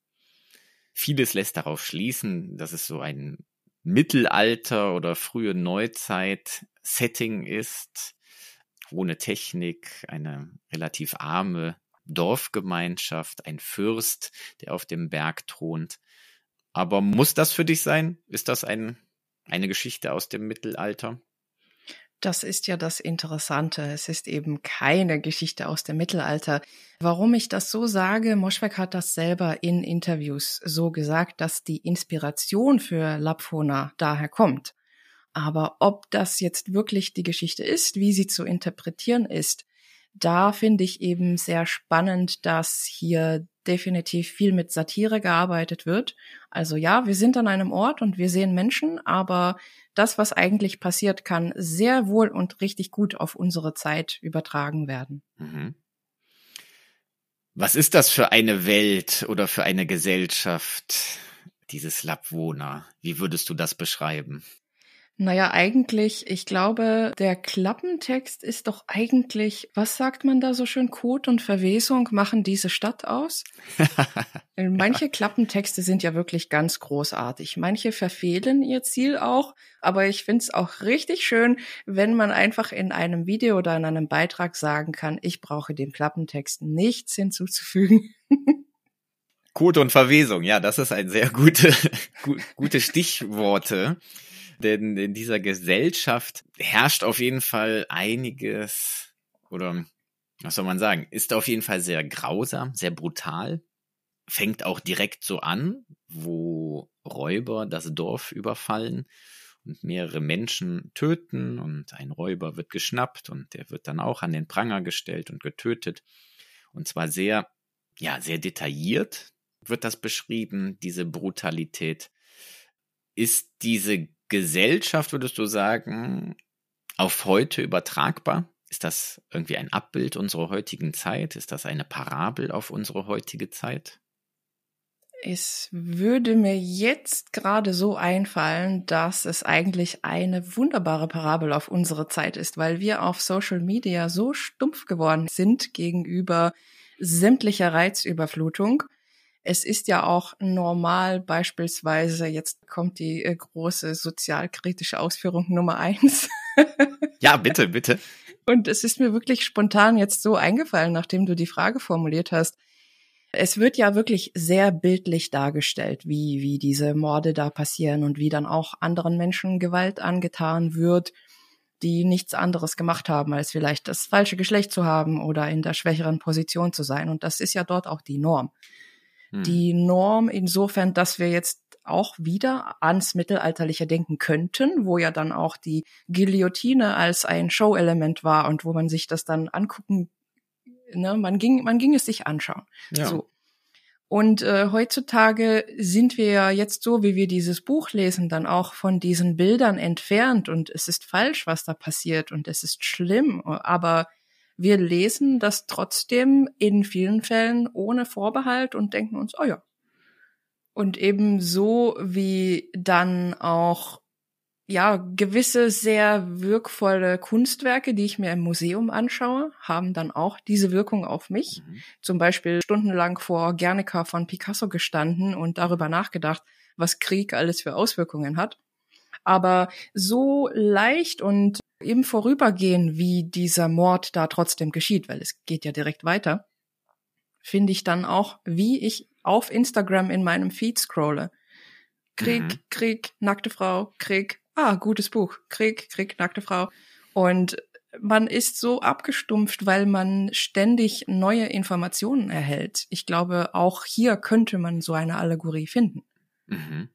Vieles lässt darauf schließen, dass es so ein Mittelalter- oder frühe Neuzeit-Setting ist, ohne Technik, eine relativ arme Dorfgemeinschaft, ein Fürst, der auf dem Berg thront. Aber muss das für dich sein? Ist das ein, eine Geschichte aus dem Mittelalter? Das ist ja das Interessante. Es ist eben keine Geschichte aus dem Mittelalter. Warum ich das so sage, Mosfeq hat das selber in Interviews so gesagt, dass die Inspiration für Lapfona daher kommt. Aber ob das jetzt wirklich die Geschichte ist, wie sie zu interpretieren ist, da finde ich eben sehr spannend, dass hier definitiv viel mit Satire gearbeitet wird. Also ja, wir sind an einem Ort und wir sehen Menschen, aber das, was eigentlich passiert, kann sehr wohl und richtig gut auf unsere Zeit übertragen werden. Mhm. Was ist das für eine Welt oder für eine Gesellschaft, dieses Lapfona? Wie würdest du das beschreiben? Naja, eigentlich, ich glaube, der Klappentext ist doch eigentlich, was sagt man da so schön, Kot und Verwesung machen diese Stadt aus? Manche ja. Klappentexte sind ja wirklich ganz großartig. Manche verfehlen ihr Ziel auch, aber ich finde es auch richtig schön, wenn man einfach in einem Video oder in einem Beitrag sagen kann, ich brauche dem Klappentext nichts hinzuzufügen. Kot und Verwesung, ja, das ist ein sehr gute, gu- gute Stichworte. Denn in dieser Gesellschaft herrscht auf jeden Fall einiges, oder was soll man sagen, ist auf jeden Fall sehr grausam, sehr brutal. Fängt auch direkt so an, wo Räuber das Dorf überfallen und mehrere Menschen töten und ein Räuber wird geschnappt und der wird dann auch an den Pranger gestellt und getötet. Und zwar sehr, ja, sehr detailliert wird das beschrieben, diese Brutalität. Ist diese Gesellschaft, würdest du sagen, auf heute übertragbar? Ist das irgendwie ein Abbild unserer heutigen Zeit? Ist das eine Parabel auf unsere heutige Zeit? Es würde mir jetzt gerade so einfallen, dass es eigentlich eine wunderbare Parabel auf unsere Zeit ist, weil wir auf Social Media so stumpf geworden sind gegenüber sämtlicher Reizüberflutung. Es ist ja auch normal, beispielsweise, jetzt kommt die äh, große sozialkritische Ausführung Nummer eins. Ja, bitte, bitte. Und es ist mir wirklich spontan jetzt so eingefallen, nachdem du die Frage formuliert hast. Es wird ja wirklich sehr bildlich dargestellt, wie, wie diese Morde da passieren und wie dann auch anderen Menschen Gewalt angetan wird, die nichts anderes gemacht haben, als vielleicht das falsche Geschlecht zu haben oder in der schwächeren Position zu sein. Und das ist ja dort auch die Norm. Die Norm insofern, dass wir jetzt auch wieder ans Mittelalterliche denken könnten, wo ja dann auch die Guillotine als ein Show-Element war und wo man sich das dann angucken, ne, man ging, man ging es sich anschauen. Ja. So. Und äh, heutzutage sind wir ja jetzt so, wie wir dieses Buch lesen, dann auch von diesen Bildern entfernt und es ist falsch, was da passiert und es ist schlimm, aber wir lesen das trotzdem in vielen Fällen ohne Vorbehalt und denken uns, oh ja. Und eben so wie dann auch ja, gewisse sehr wirkvolle Kunstwerke, die ich mir im Museum anschaue, haben dann auch diese Wirkung auf mich. Mhm. Zum Beispiel stundenlang vor Guernica von Picasso gestanden und darüber nachgedacht, was Krieg alles für Auswirkungen hat. Aber so leicht und im Vorübergehen, wie dieser Mord da trotzdem geschieht, weil es geht ja direkt weiter, finde ich dann auch, wie ich auf Instagram in meinem Feed scrolle. Krieg, mhm. Krieg, nackte Frau, Krieg, ah, gutes Buch, Krieg, Krieg, nackte Frau. Und man ist so abgestumpft, weil man ständig neue Informationen erhält. Ich glaube, auch hier könnte man so eine Allegorie finden. Mhm.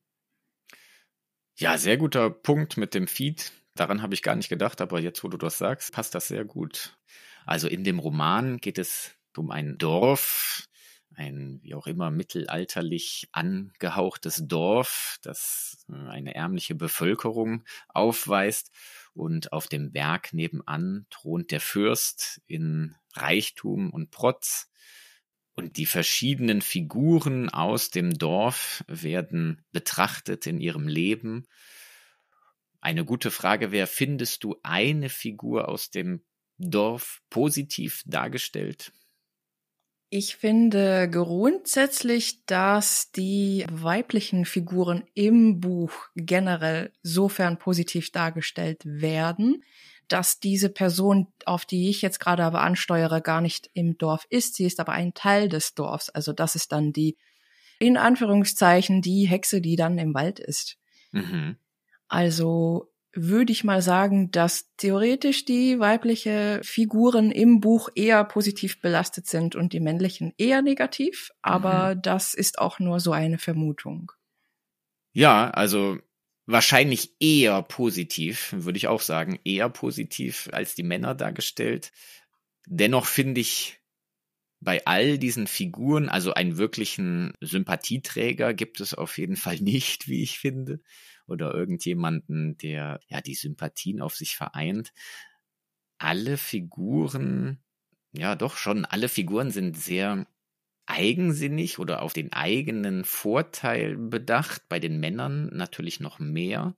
Ja, sehr guter Punkt mit dem Feed. Daran habe ich gar nicht gedacht, aber jetzt, wo du das sagst, passt das sehr gut. Also in dem Roman geht es um ein Dorf, ein wie auch immer mittelalterlich angehauchtes Dorf, das eine ärmliche Bevölkerung aufweist. Und auf dem Berg nebenan thront der Fürst in Reichtum und Protz. Und die verschiedenen Figuren aus dem Dorf werden betrachtet in ihrem Leben. Eine gute Frage wäre, findest du eine Figur aus dem Dorf positiv dargestellt? Ich finde grundsätzlich, dass die weiblichen Figuren im Buch generell sofern positiv dargestellt werden, dass diese Person, auf die ich jetzt gerade aber ansteuere, gar nicht im Dorf ist. Sie ist aber ein Teil des Dorfs. Also das ist dann die, in Anführungszeichen, die Hexe, die dann im Wald ist. Mhm. Also würde ich mal sagen, dass theoretisch die weibliche Figuren im Buch eher positiv belastet sind und die männlichen eher negativ, aber mhm. das ist auch nur so eine Vermutung. Ja, also wahrscheinlich eher positiv, würde ich auch sagen, eher positiv als die Männer dargestellt. Dennoch finde ich, bei all diesen Figuren, also einen wirklichen Sympathieträger gibt es auf jeden Fall nicht, wie ich finde. Oder irgendjemanden, der ja die Sympathien auf sich vereint. Alle Figuren, ja doch schon, alle Figuren sind sehr eigensinnig oder auf den eigenen Vorteil bedacht. Bei den Männern natürlich noch mehr.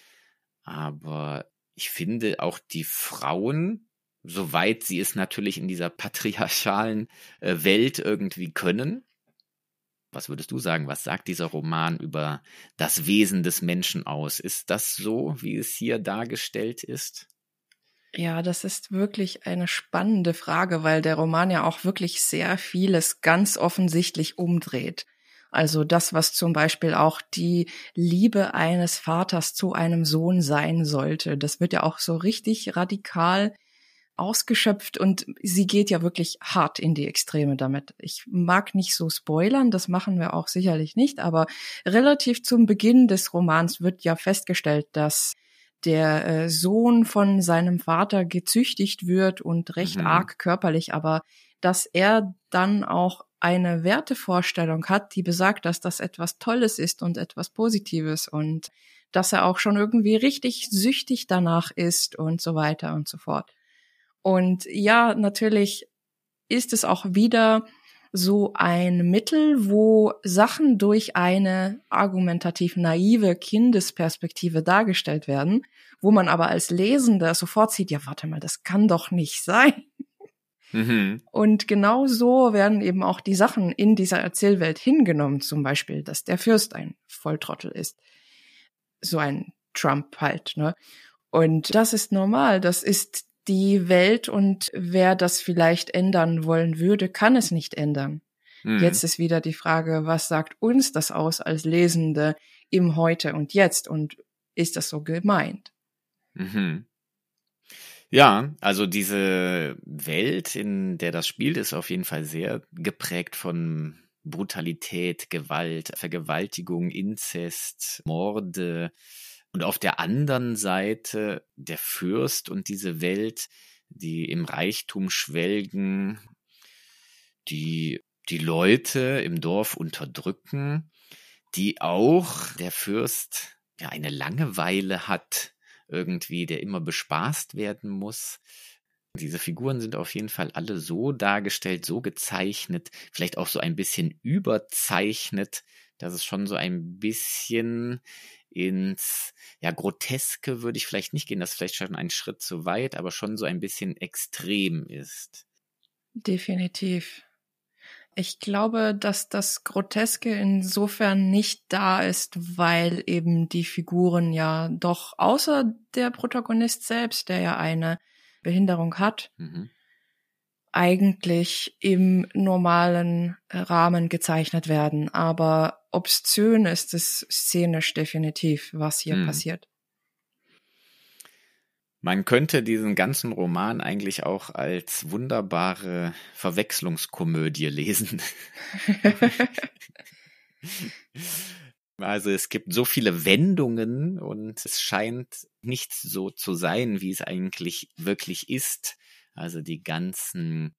Aber ich finde auch die Frauen, soweit sie es natürlich in dieser patriarchalen äh, Welt irgendwie können. Was würdest du sagen? Was sagt dieser Roman über das Wesen des Menschen aus? Ist das so, wie es hier dargestellt ist? Ja, das ist wirklich eine spannende Frage, weil der Roman ja auch wirklich sehr vieles ganz offensichtlich umdreht. Also das, was zum Beispiel auch die Liebe eines Vaters zu einem Sohn sein sollte, das wird ja auch so richtig radikal ausgeschöpft und sie geht ja wirklich hart in die Extreme damit. Ich mag nicht so spoilern, das machen wir auch sicherlich nicht, aber relativ zum Beginn des Romans wird ja festgestellt, dass der äh, Sohn von seinem Vater gezüchtigt wird und recht mhm. arg körperlich, aber dass er dann auch eine Wertevorstellung hat, die besagt, dass das etwas Tolles ist und etwas Positives und dass er auch schon irgendwie richtig süchtig danach ist und so weiter und so fort. Und ja, natürlich ist es auch wieder so ein Mittel, wo Sachen durch eine argumentativ naive Kindesperspektive dargestellt werden, wo man aber als Lesender sofort sieht, ja, warte mal, das kann doch nicht sein. Mhm. Und genau so werden eben auch die Sachen in dieser Erzählwelt hingenommen, zum Beispiel, dass der Fürst ein Volltrottel ist. So ein Trump halt, ne? Und das ist normal, das ist die Welt und wer das vielleicht ändern wollen würde, kann es nicht ändern. Mhm. Jetzt ist wieder die Frage, was sagt uns das aus als Lesende im Heute und Jetzt und ist das so gemeint? Mhm. Ja, also diese Welt, in der das spielt, ist auf jeden Fall sehr geprägt von Brutalität, Gewalt, Vergewaltigung, Inzest, Morde. Und auf der anderen Seite der Fürst und diese Welt, die im Reichtum schwelgen, die die Leute im Dorf unterdrücken, die auch der Fürst ja eine Langeweile hat, irgendwie, der immer bespaßt werden muss. Diese Figuren sind auf jeden Fall alle so dargestellt, so gezeichnet, vielleicht auch so ein bisschen überzeichnet, dass es schon so ein bisschen ins, ja, Groteske würde ich vielleicht nicht gehen, das ist vielleicht schon ein Schritt zu weit, aber schon so ein bisschen extrem ist. Definitiv. Ich glaube, dass das Groteske insofern nicht da ist, weil eben die Figuren ja doch außer der Protagonist selbst, der ja eine Behinderung hat, Mhm. eigentlich im normalen Rahmen gezeichnet werden. Aber obszön ist es szenisch definitiv, was hier Mhm. passiert. Man könnte diesen ganzen Roman eigentlich auch als wunderbare Verwechslungskomödie lesen. Also es gibt so viele Wendungen und es scheint nicht so zu sein, wie es eigentlich wirklich ist. Also die ganzen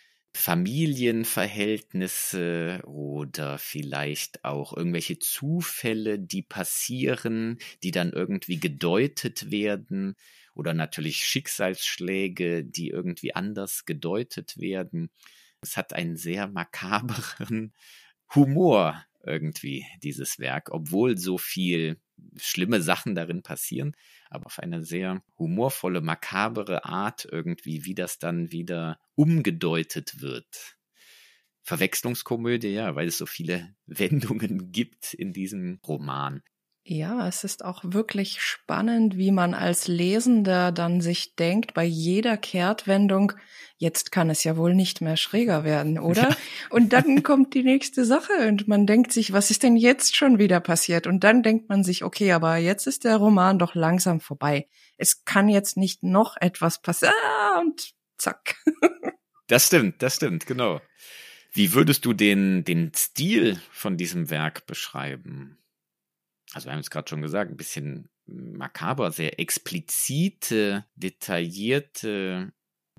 Familienverhältnisse oder vielleicht auch irgendwelche Zufälle, die passieren, die dann irgendwie gedeutet werden. Oder natürlich Schicksalsschläge, die irgendwie anders gedeutet werden. Es hat einen sehr makaberen Humor irgendwie, dieses Werk, obwohl so viel schlimme Sachen darin passieren, aber auf eine sehr humorvolle, makabere Art irgendwie, wie das dann wieder umgedeutet wird. Verwechslungskomödie, ja, weil es so viele Wendungen gibt in diesem Roman. Ja, es ist auch wirklich spannend, wie man als Lesender dann sich denkt, bei jeder Kehrtwendung, jetzt kann es ja wohl nicht mehr schräger werden, oder? Ja. Und dann kommt die nächste Sache und man denkt sich, was ist denn jetzt schon wieder passiert? Und dann denkt man sich, okay, aber jetzt ist der Roman doch langsam vorbei. Es kann jetzt nicht noch etwas passieren. Ah, und zack. Das stimmt, das stimmt, genau. Wie würdest du den, den Stil von diesem Werk beschreiben? Also wir haben es gerade schon gesagt, ein bisschen makaber, sehr explizite, detaillierte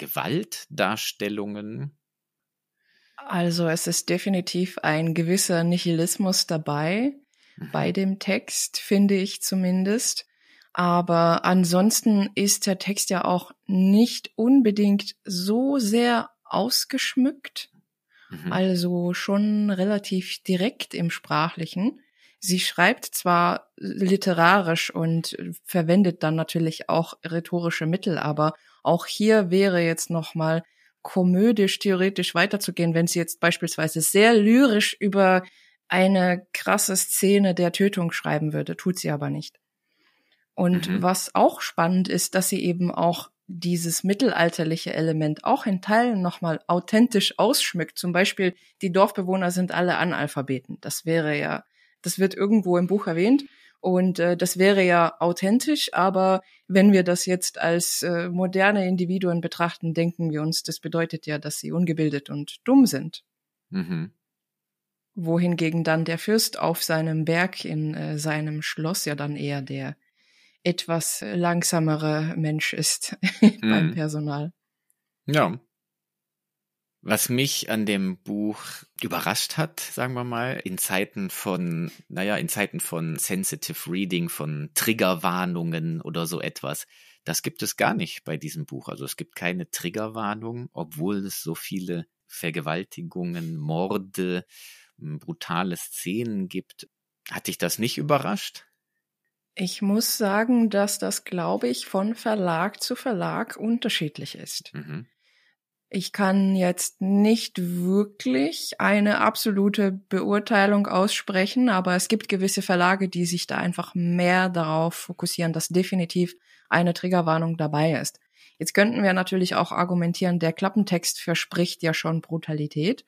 Gewaltdarstellungen. Also es ist definitiv ein gewisser Nihilismus dabei, mhm. bei dem Text, finde ich zumindest. Aber ansonsten ist der Text ja auch nicht unbedingt so sehr ausgeschmückt, mhm. also schon relativ direkt im Sprachlichen. Sie schreibt zwar literarisch und verwendet dann natürlich auch rhetorische Mittel, aber auch hier wäre jetzt nochmal komödisch theoretisch weiterzugehen, wenn sie jetzt beispielsweise sehr lyrisch über eine krasse Szene der Tötung schreiben würde, tut sie aber nicht. Und mhm. was auch spannend ist, dass sie eben auch dieses mittelalterliche Element auch in Teilen nochmal authentisch ausschmückt. Zum Beispiel, die Dorfbewohner sind alle Analphabeten. Das wäre ja Das wird irgendwo im Buch erwähnt und äh, das wäre ja authentisch, aber wenn wir das jetzt als äh, moderne Individuen betrachten, denken wir uns, das bedeutet ja, dass sie ungebildet und dumm sind. Mhm. Wohingegen dann der Fürst auf seinem Berg in äh, seinem Schloss ja dann eher der etwas langsamere Mensch ist mhm. beim Personal. Ja. Was mich an dem Buch überrascht hat, sagen wir mal, in Zeiten von, naja, in Zeiten von Sensitive Reading, von Triggerwarnungen oder so etwas, das gibt es gar nicht bei diesem Buch. Also es gibt keine Triggerwarnung, obwohl es so viele Vergewaltigungen, Morde, brutale Szenen gibt. Hat dich das nicht überrascht? Ich muss sagen, dass das, glaube ich, von Verlag zu Verlag unterschiedlich ist. Mhm. Ich kann jetzt nicht wirklich eine absolute Beurteilung aussprechen, aber es gibt gewisse Verlage, die sich da einfach mehr darauf fokussieren, dass definitiv eine Triggerwarnung dabei ist. Jetzt könnten wir natürlich auch argumentieren, der Klappentext verspricht ja schon Brutalität.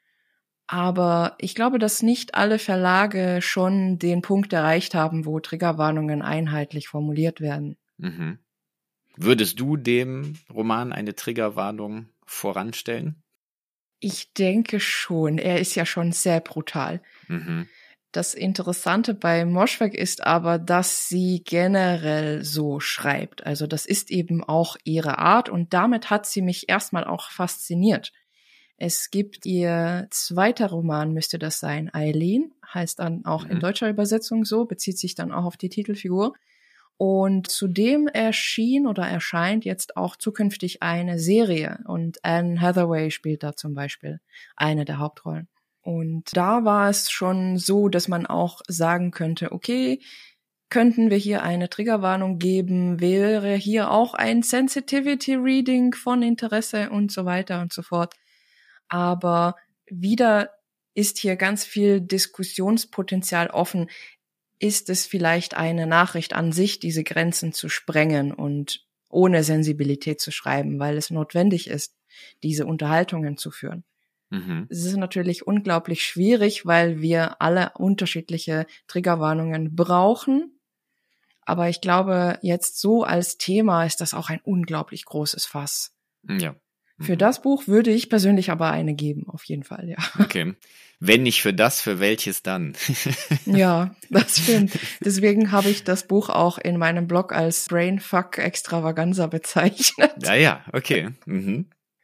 Aber ich glaube, dass nicht alle Verlage schon den Punkt erreicht haben, wo Triggerwarnungen einheitlich formuliert werden. Mhm. Würdest du dem Roman eine Triggerwarnung voranstellen? Ich denke schon. Er ist ja schon sehr brutal. Mhm. Das Interessante bei Mosfeq ist aber, dass sie generell so schreibt. Also das ist eben auch ihre Art und damit hat sie mich erstmal auch fasziniert. Es gibt ihr zweiter Roman, müsste das sein, Eileen, heißt dann auch mhm. in deutscher Übersetzung so, bezieht sich dann auch auf die Titelfigur. Und zudem erschien oder erscheint jetzt auch zukünftig eine Serie und Anne Hathaway spielt da zum Beispiel eine der Hauptrollen. Und da war es schon so, dass man auch sagen könnte, okay, könnten wir hier eine Triggerwarnung geben, wäre hier auch ein Sensitivity Reading von Interesse und so weiter und so fort. Aber wieder ist hier ganz viel Diskussionspotenzial offen. Ist es vielleicht eine Nachricht an sich, diese Grenzen zu sprengen und ohne Sensibilität zu schreiben, weil es notwendig ist, diese Unterhaltungen zu führen? Mhm. Es ist natürlich unglaublich schwierig, weil wir alle unterschiedliche Triggerwarnungen brauchen. Aber ich glaube, jetzt so als Thema ist das auch ein unglaublich großes Fass. Ja. Mhm. Für das Buch würde ich persönlich aber eine geben, auf jeden Fall, ja. Okay. Wenn nicht für das, für welches dann? Ja, das stimmt. Deswegen habe ich das Buch auch in meinem Blog als Brainfuck Extravaganza bezeichnet. Ja, ja, okay. Mhm.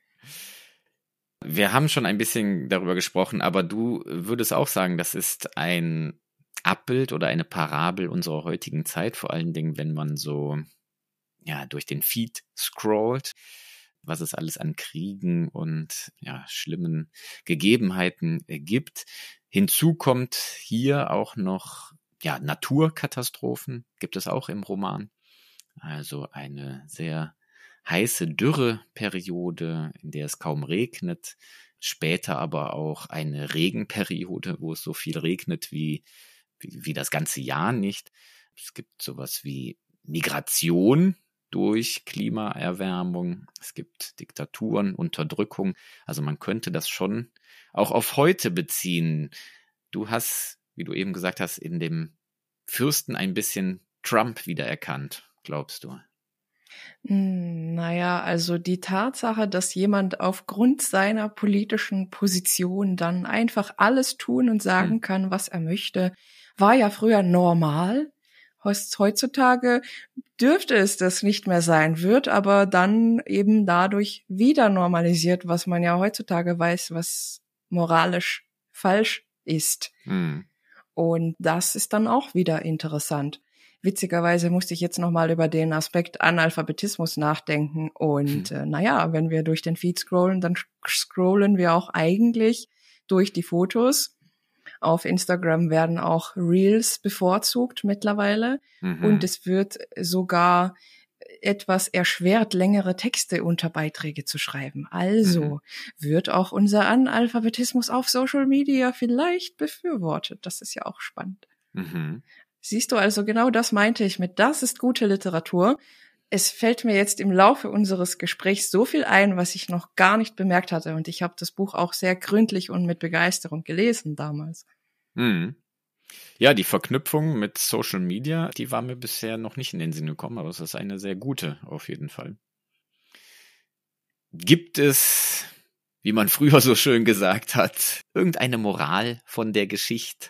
Wir haben schon ein bisschen darüber gesprochen, aber du würdest auch sagen, das ist ein Abbild oder eine Parabel unserer heutigen Zeit, vor allen Dingen, wenn man so ja durch den Feed scrollt, was es alles an Kriegen und ja schlimmen Gegebenheiten gibt. Hinzu kommt hier auch noch ja Naturkatastrophen, gibt es auch im Roman. Also eine sehr heiße Dürreperiode, in der es kaum regnet, später aber auch eine Regenperiode, wo es so viel regnet wie, wie, wie das ganze Jahr nicht. Es gibt sowas wie Migration durch Klimaerwärmung, es gibt Diktaturen, Unterdrückung, also man könnte das schon auch auf heute beziehen. Du hast, wie du eben gesagt hast, in dem Fürsten ein bisschen Trump wiedererkannt, glaubst du? Naja, also die Tatsache, dass jemand aufgrund seiner politischen Position dann einfach alles tun und sagen hm. kann, was er möchte, war ja früher normal. Heutzutage dürfte es das nicht mehr sein, wird aber dann eben dadurch wieder normalisiert, was man ja heutzutage weiß, was moralisch falsch ist. Hm. Und das ist dann auch wieder interessant. Witzigerweise musste ich jetzt nochmal über den Aspekt Analphabetismus nachdenken. Und hm. äh, naja, wenn wir durch den Feed scrollen, dann scrollen wir auch eigentlich durch die Fotos. Auf Instagram werden auch Reels bevorzugt mittlerweile. Mhm. Und es wird sogar etwas erschwert, längere Texte unter Beiträge zu schreiben. Also mhm. wird auch unser Analphabetismus auf Social Media vielleicht befürwortet. Das ist ja auch spannend. Mhm. Siehst du, also genau das meinte ich mit, das ist gute Literatur. Es fällt mir jetzt im Laufe unseres Gesprächs so viel ein, was ich noch gar nicht bemerkt hatte. Und ich habe das Buch auch sehr gründlich und mit Begeisterung gelesen damals. Mhm. Ja, die Verknüpfung mit Social Media, die war mir bisher noch nicht in den Sinn gekommen, aber es ist eine sehr gute auf jeden Fall. Gibt es, wie man früher so schön gesagt hat, irgendeine Moral von der Geschichte?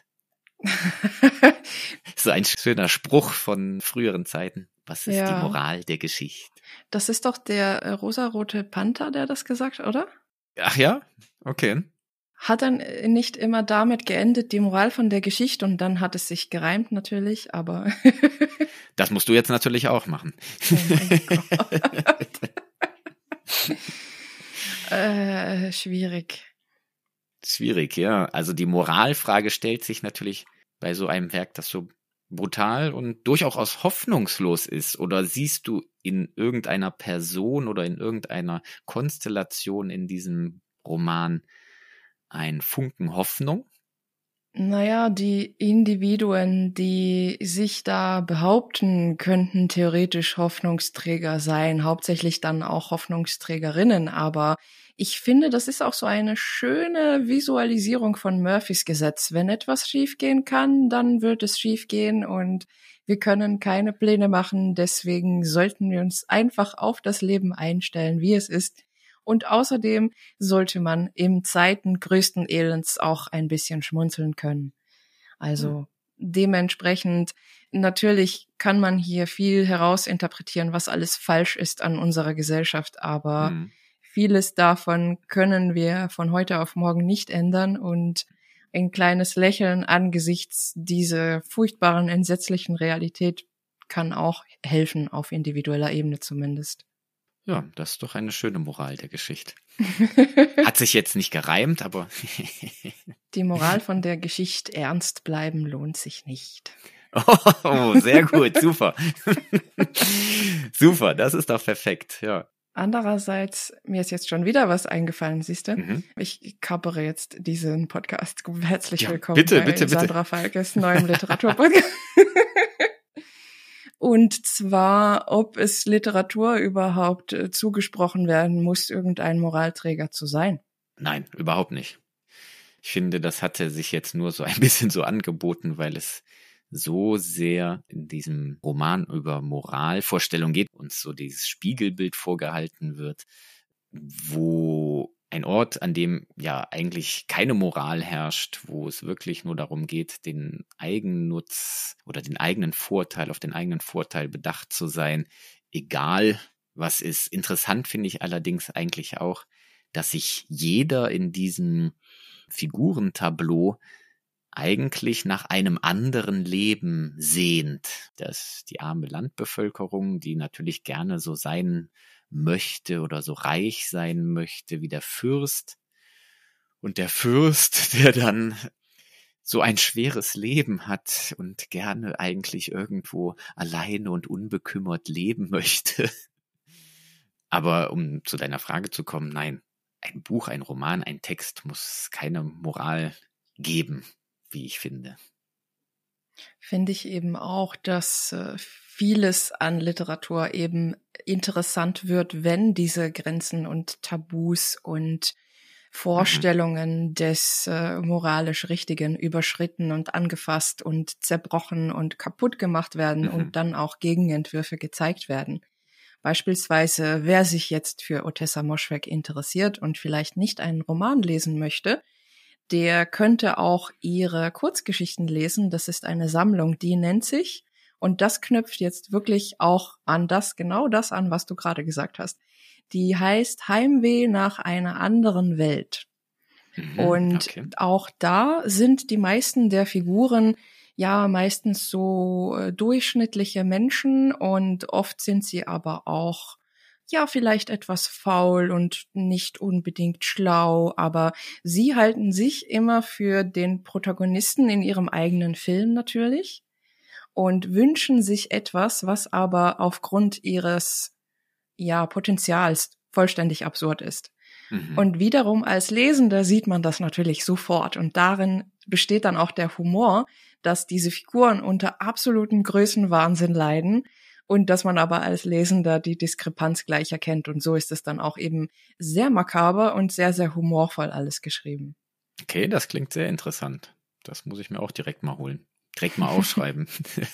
So ein schöner Spruch von früheren Zeiten. Was ist ja. die Moral der Geschichte? Das ist doch der äh, rosarote Panther, der das gesagt hat, oder? Ach ja? Okay. Hat dann nicht immer damit geendet, die Moral von der Geschichte, und dann hat es sich gereimt natürlich, aber... Das musst du jetzt natürlich auch machen. Oh mein Gott. äh, schwierig. Schwierig, ja. Also die Moralfrage stellt sich natürlich bei so einem Werk, das so brutal und durchaus hoffnungslos ist. Oder siehst du in irgendeiner Person oder in irgendeiner Konstellation in diesem Roman ein Funken Hoffnung? Naja, die Individuen, die sich da behaupten, könnten theoretisch Hoffnungsträger sein, hauptsächlich dann auch Hoffnungsträgerinnen, aber ich finde, das ist auch so eine schöne Visualisierung von Murphys Gesetz. Wenn etwas schiefgehen kann, dann wird es schiefgehen und wir können keine Pläne machen, deswegen sollten wir uns einfach auf das Leben einstellen, wie es ist. Und außerdem sollte man in Zeiten größten Elends auch ein bisschen schmunzeln können. Also hm. dementsprechend, natürlich kann man hier viel herausinterpretieren, was alles falsch ist an unserer Gesellschaft, aber hm. vieles davon können wir von heute auf morgen nicht ändern und ein kleines Lächeln angesichts dieser furchtbaren, entsetzlichen Realität kann auch helfen, auf individueller Ebene zumindest. Ja, das ist doch eine schöne Moral der Geschichte. Hat sich jetzt nicht gereimt, aber Die Moral von der Geschichte: ernst bleiben lohnt sich nicht. Oh, sehr gut, super. Super, das ist doch perfekt, ja. Andererseits, mir ist jetzt schon wieder was eingefallen, siehst du? Mhm. Ich kapere jetzt diesen Podcast. Herzlich Ja, willkommen bitte, bei bitte, bitte. Sandra Falkes neuem Literaturpodcast. Und zwar, ob es Literatur überhaupt äh, zugesprochen werden muss, irgendein Moralträger zu sein. Nein, überhaupt nicht. Ich finde, das hatte sich jetzt nur so ein bisschen so angeboten, weil es so sehr in diesem Roman über Moralvorstellung geht, uns so dieses Spiegelbild vorgehalten wird, wo ein Ort, an dem ja eigentlich keine Moral herrscht, wo es wirklich nur darum geht, den Eigennutz oder den eigenen Vorteil, auf den eigenen Vorteil bedacht zu sein, egal was ist. Interessant finde ich allerdings eigentlich auch, dass sich jeder in diesem Figurentableau eigentlich nach einem anderen Leben sehnt. Das ist die arme Landbevölkerung, die natürlich gerne so sein möchte oder so reich sein möchte wie der Fürst. Und der Fürst, der dann so ein schweres Leben hat und gerne eigentlich irgendwo alleine und unbekümmert leben möchte. Aber um zu deiner Frage zu kommen, nein, ein Buch, ein Roman, ein Text muss keine Moral geben, wie ich finde. Finde ich eben auch, dass äh, vieles an Literatur eben interessant wird, wenn diese Grenzen und Tabus und Vorstellungen mhm. des äh, moralisch Richtigen überschritten und angefasst und zerbrochen und kaputt gemacht werden mhm. und dann auch Gegenentwürfe gezeigt werden. Beispielsweise, wer sich jetzt für Ottessa Moschweg interessiert und vielleicht nicht einen Roman lesen möchte, der könnte auch ihre Kurzgeschichten lesen. Das ist eine Sammlung, die nennt sich, und das knüpft jetzt wirklich auch an das, genau das an, was du gerade gesagt hast. Die heißt Heimweh nach einer anderen Welt. Mhm, und okay. Auch da sind die meisten der Figuren ja meistens so äh, durchschnittliche Menschen, und oft sind sie aber auch ja vielleicht etwas faul und nicht unbedingt schlau, aber sie halten sich immer für den Protagonisten in ihrem eigenen Film natürlich und wünschen sich etwas, was aber aufgrund ihres ja Potenzials vollständig absurd ist. Mhm. Und wiederum als Lesender sieht man das natürlich sofort, und darin besteht dann auch der Humor, dass diese Figuren unter absoluten Größenwahnsinn leiden und dass man aber als Lesender die Diskrepanz gleich erkennt, und so ist es dann auch eben sehr makaber und sehr, sehr humorvoll alles geschrieben. Okay, das klingt sehr interessant. Das muss ich mir auch direkt mal holen. Direkt mal aufschreiben.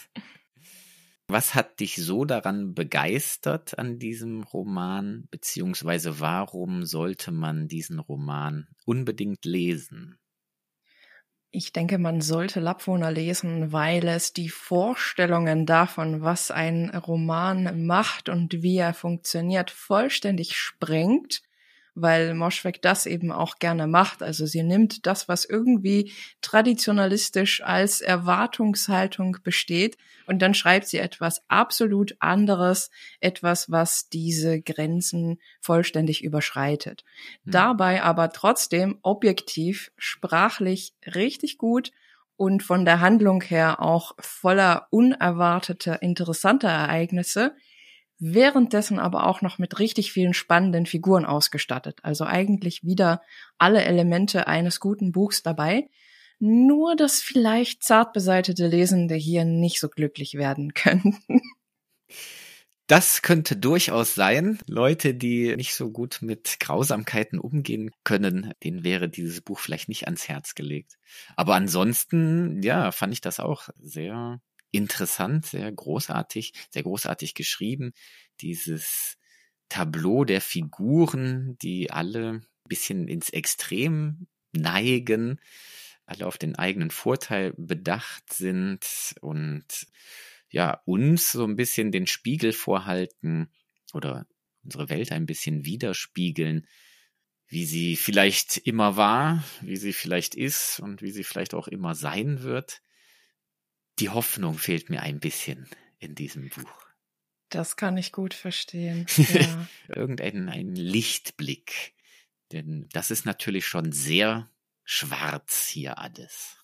Was hat dich so daran begeistert an diesem Roman, beziehungsweise warum sollte man diesen Roman unbedingt lesen? Ich denke, man sollte Lapwohner lesen, weil es die Vorstellungen davon, was ein Roman macht und wie er funktioniert, vollständig sprengt, weil Moschweg das eben auch gerne macht. Also sie nimmt das, was irgendwie traditionalistisch als Erwartungshaltung besteht, und dann schreibt sie etwas absolut anderes, etwas, was diese Grenzen vollständig überschreitet. Mhm. Dabei aber trotzdem objektiv, sprachlich richtig gut und von der Handlung her auch voller unerwarteter, interessanter Ereignisse, währenddessen aber auch noch mit richtig vielen spannenden Figuren ausgestattet. Also eigentlich wieder alle Elemente eines guten Buchs dabei. Nur, dass vielleicht zart beseitete Lesende hier nicht so glücklich werden könnten. Das könnte durchaus sein. Leute, die nicht so gut mit Grausamkeiten umgehen können, denen wäre dieses Buch vielleicht nicht ans Herz gelegt. Aber ansonsten, ja, fand ich das auch sehr interessant, sehr großartig, sehr großartig geschrieben. Dieses Tableau der Figuren, die alle ein bisschen ins Extrem neigen, alle auf den eigenen Vorteil bedacht sind und ja, uns so ein bisschen den Spiegel vorhalten oder unsere Welt ein bisschen widerspiegeln, wie sie vielleicht immer war, wie sie vielleicht ist und wie sie vielleicht auch immer sein wird. Die Hoffnung fehlt mir ein bisschen in diesem Buch. Das kann ich gut verstehen. Ja. Irgendein ein Lichtblick. Denn das ist natürlich schon sehr schwarz hier alles.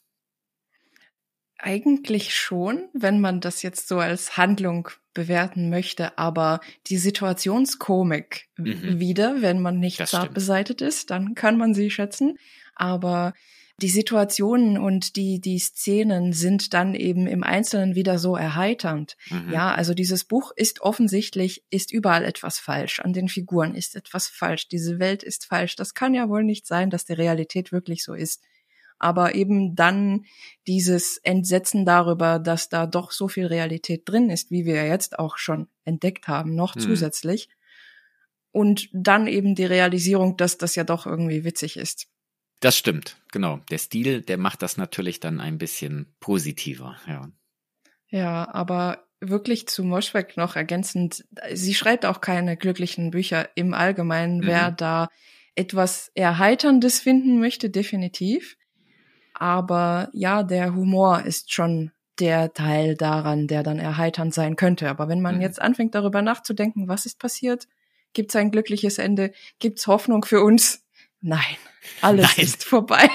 Eigentlich schon, wenn man das jetzt so als Handlung bewerten möchte, aber die Situationskomik Mhm. wieder, wenn man nicht Das zart stimmt. beseitet ist, dann kann man sie schätzen. Aber die Situationen und die, die Szenen sind dann eben im Einzelnen wieder so erheiternd. Mhm. Ja, also dieses Buch ist offensichtlich, ist überall etwas falsch. An den Figuren ist etwas falsch. Diese Welt ist falsch. Das kann ja wohl nicht sein, dass die Realität wirklich so ist. Aber eben dann dieses Entsetzen darüber, dass da doch so viel Realität drin ist, wie wir ja jetzt auch schon entdeckt haben, noch Mhm. zusätzlich. Und dann eben die Realisierung, dass das ja doch irgendwie witzig ist. Das stimmt, genau. Der Stil, der macht das natürlich dann ein bisschen positiver, ja. Ja, aber wirklich zu Moschweg noch ergänzend, sie schreibt auch keine glücklichen Bücher im Allgemeinen. Mhm. Wer da etwas Erheiterndes finden möchte, definitiv. Aber ja, der Humor ist schon der Teil daran, der dann erheiternd sein könnte. Aber wenn man Mhm. jetzt anfängt, darüber nachzudenken, was ist passiert? Gibt's ein glückliches Ende? Gibt's Hoffnung für uns? Nein, alles Nein. ist vorbei.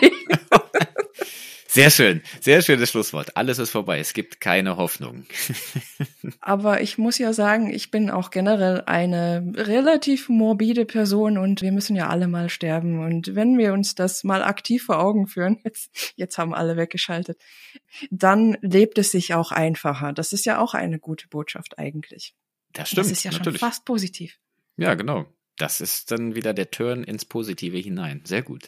Sehr schön, sehr schönes Schlusswort. Alles ist vorbei, es gibt keine Hoffnung. Aber ich muss ja sagen, ich bin auch generell eine relativ morbide Person und wir müssen ja alle mal sterben. Und wenn wir uns das mal aktiv vor Augen führen, jetzt, jetzt haben alle weggeschaltet, dann lebt es sich auch einfacher. Das ist ja auch eine gute Botschaft eigentlich. Das stimmt, Das ist ja natürlich. schon fast positiv. Ja, genau. Das ist dann wieder der Turn ins Positive hinein. Sehr gut.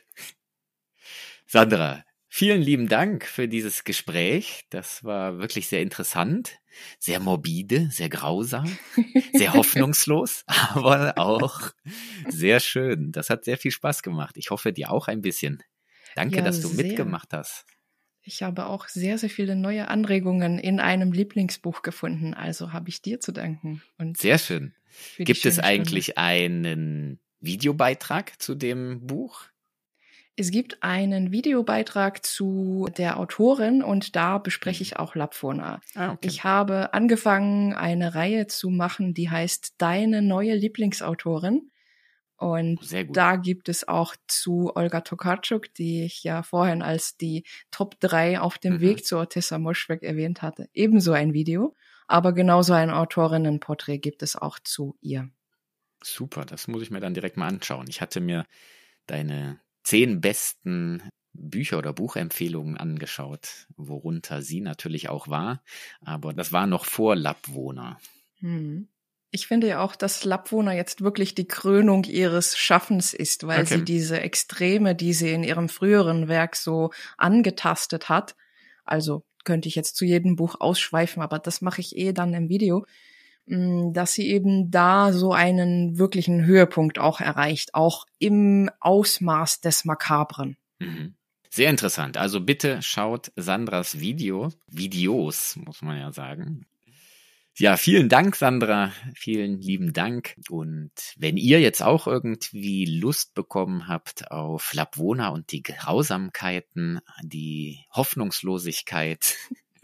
Sandra, vielen lieben Dank für dieses Gespräch. Das war wirklich sehr interessant, sehr morbide, sehr grausam, sehr hoffnungslos, aber auch sehr schön. Das hat sehr viel Spaß gemacht. Ich hoffe, dir auch ein bisschen. Danke, Ja, dass du sehr. mitgemacht hast. Ich habe auch sehr, sehr viele neue Anregungen in einem Lieblingsbuch gefunden. Also habe ich dir zu danken. Und Sehr schön. für die Gibt es schöne eigentlich Stunde. einen Videobeitrag zu dem Buch? Es gibt einen Videobeitrag zu der Autorin und da bespreche ich auch Lapwona. Ah, okay. Ich habe angefangen, eine Reihe zu machen, die heißt Deine neue Lieblingsautorin. Und Sehr gut. da gibt es auch zu Olga Tokarczuk, die ich ja vorhin als die Top drei auf dem Mhm. Weg zu Ottessa Moschweg erwähnt hatte, ebenso ein Video. Aber genauso ein Autorinnenporträt gibt es auch zu ihr. Super, das muss ich mir dann direkt mal anschauen. Ich hatte mir deine zehn besten Bücher oder Buchempfehlungen angeschaut, worunter sie natürlich auch war, aber das war noch vor Lapwona. Hm. Ich finde ja auch, dass Lapwona jetzt wirklich die Krönung ihres Schaffens ist, weil Okay. sie diese Extreme, die sie in ihrem früheren Werk so angetastet hat, also könnte ich jetzt zu jedem Buch ausschweifen, aber das mache ich eh dann im Video, mh, dass sie eben da so einen wirklichen Höhepunkt auch erreicht, auch im Ausmaß des Makabren. Mhm. Sehr interessant. Also bitte schaut Sandras Video, Videos, muss man ja sagen. Ja, vielen Dank, Sandra. Vielen lieben Dank. Und wenn ihr jetzt auch irgendwie Lust bekommen habt auf Lapwona und die Grausamkeiten, die Hoffnungslosigkeit,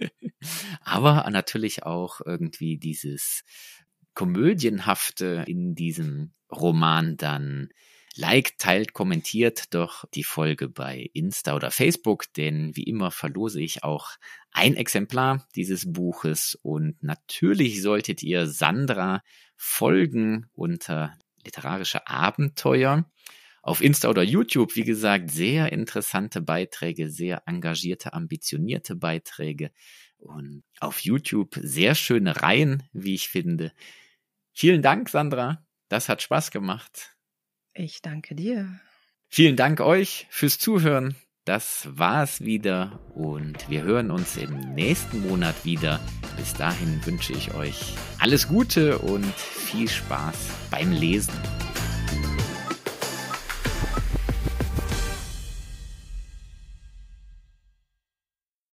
aber natürlich auch irgendwie dieses Komödienhafte in diesem Roman, dann liked, teilt, kommentiert doch die Folge bei Insta oder Facebook, denn wie immer verlose ich auch ein Exemplar dieses Buches und natürlich solltet ihr Sandra folgen unter literarische Abenteuer auf Insta oder YouTube. Wie gesagt, sehr interessante Beiträge, sehr engagierte, ambitionierte Beiträge und auf YouTube sehr schöne Reihen, wie ich finde. Vielen Dank, Sandra. Das hat Spaß gemacht. Ich danke dir. Vielen Dank euch fürs Zuhören. Das war's wieder und wir hören uns im nächsten Monat wieder. Bis dahin wünsche ich euch alles Gute und viel Spaß beim Lesen.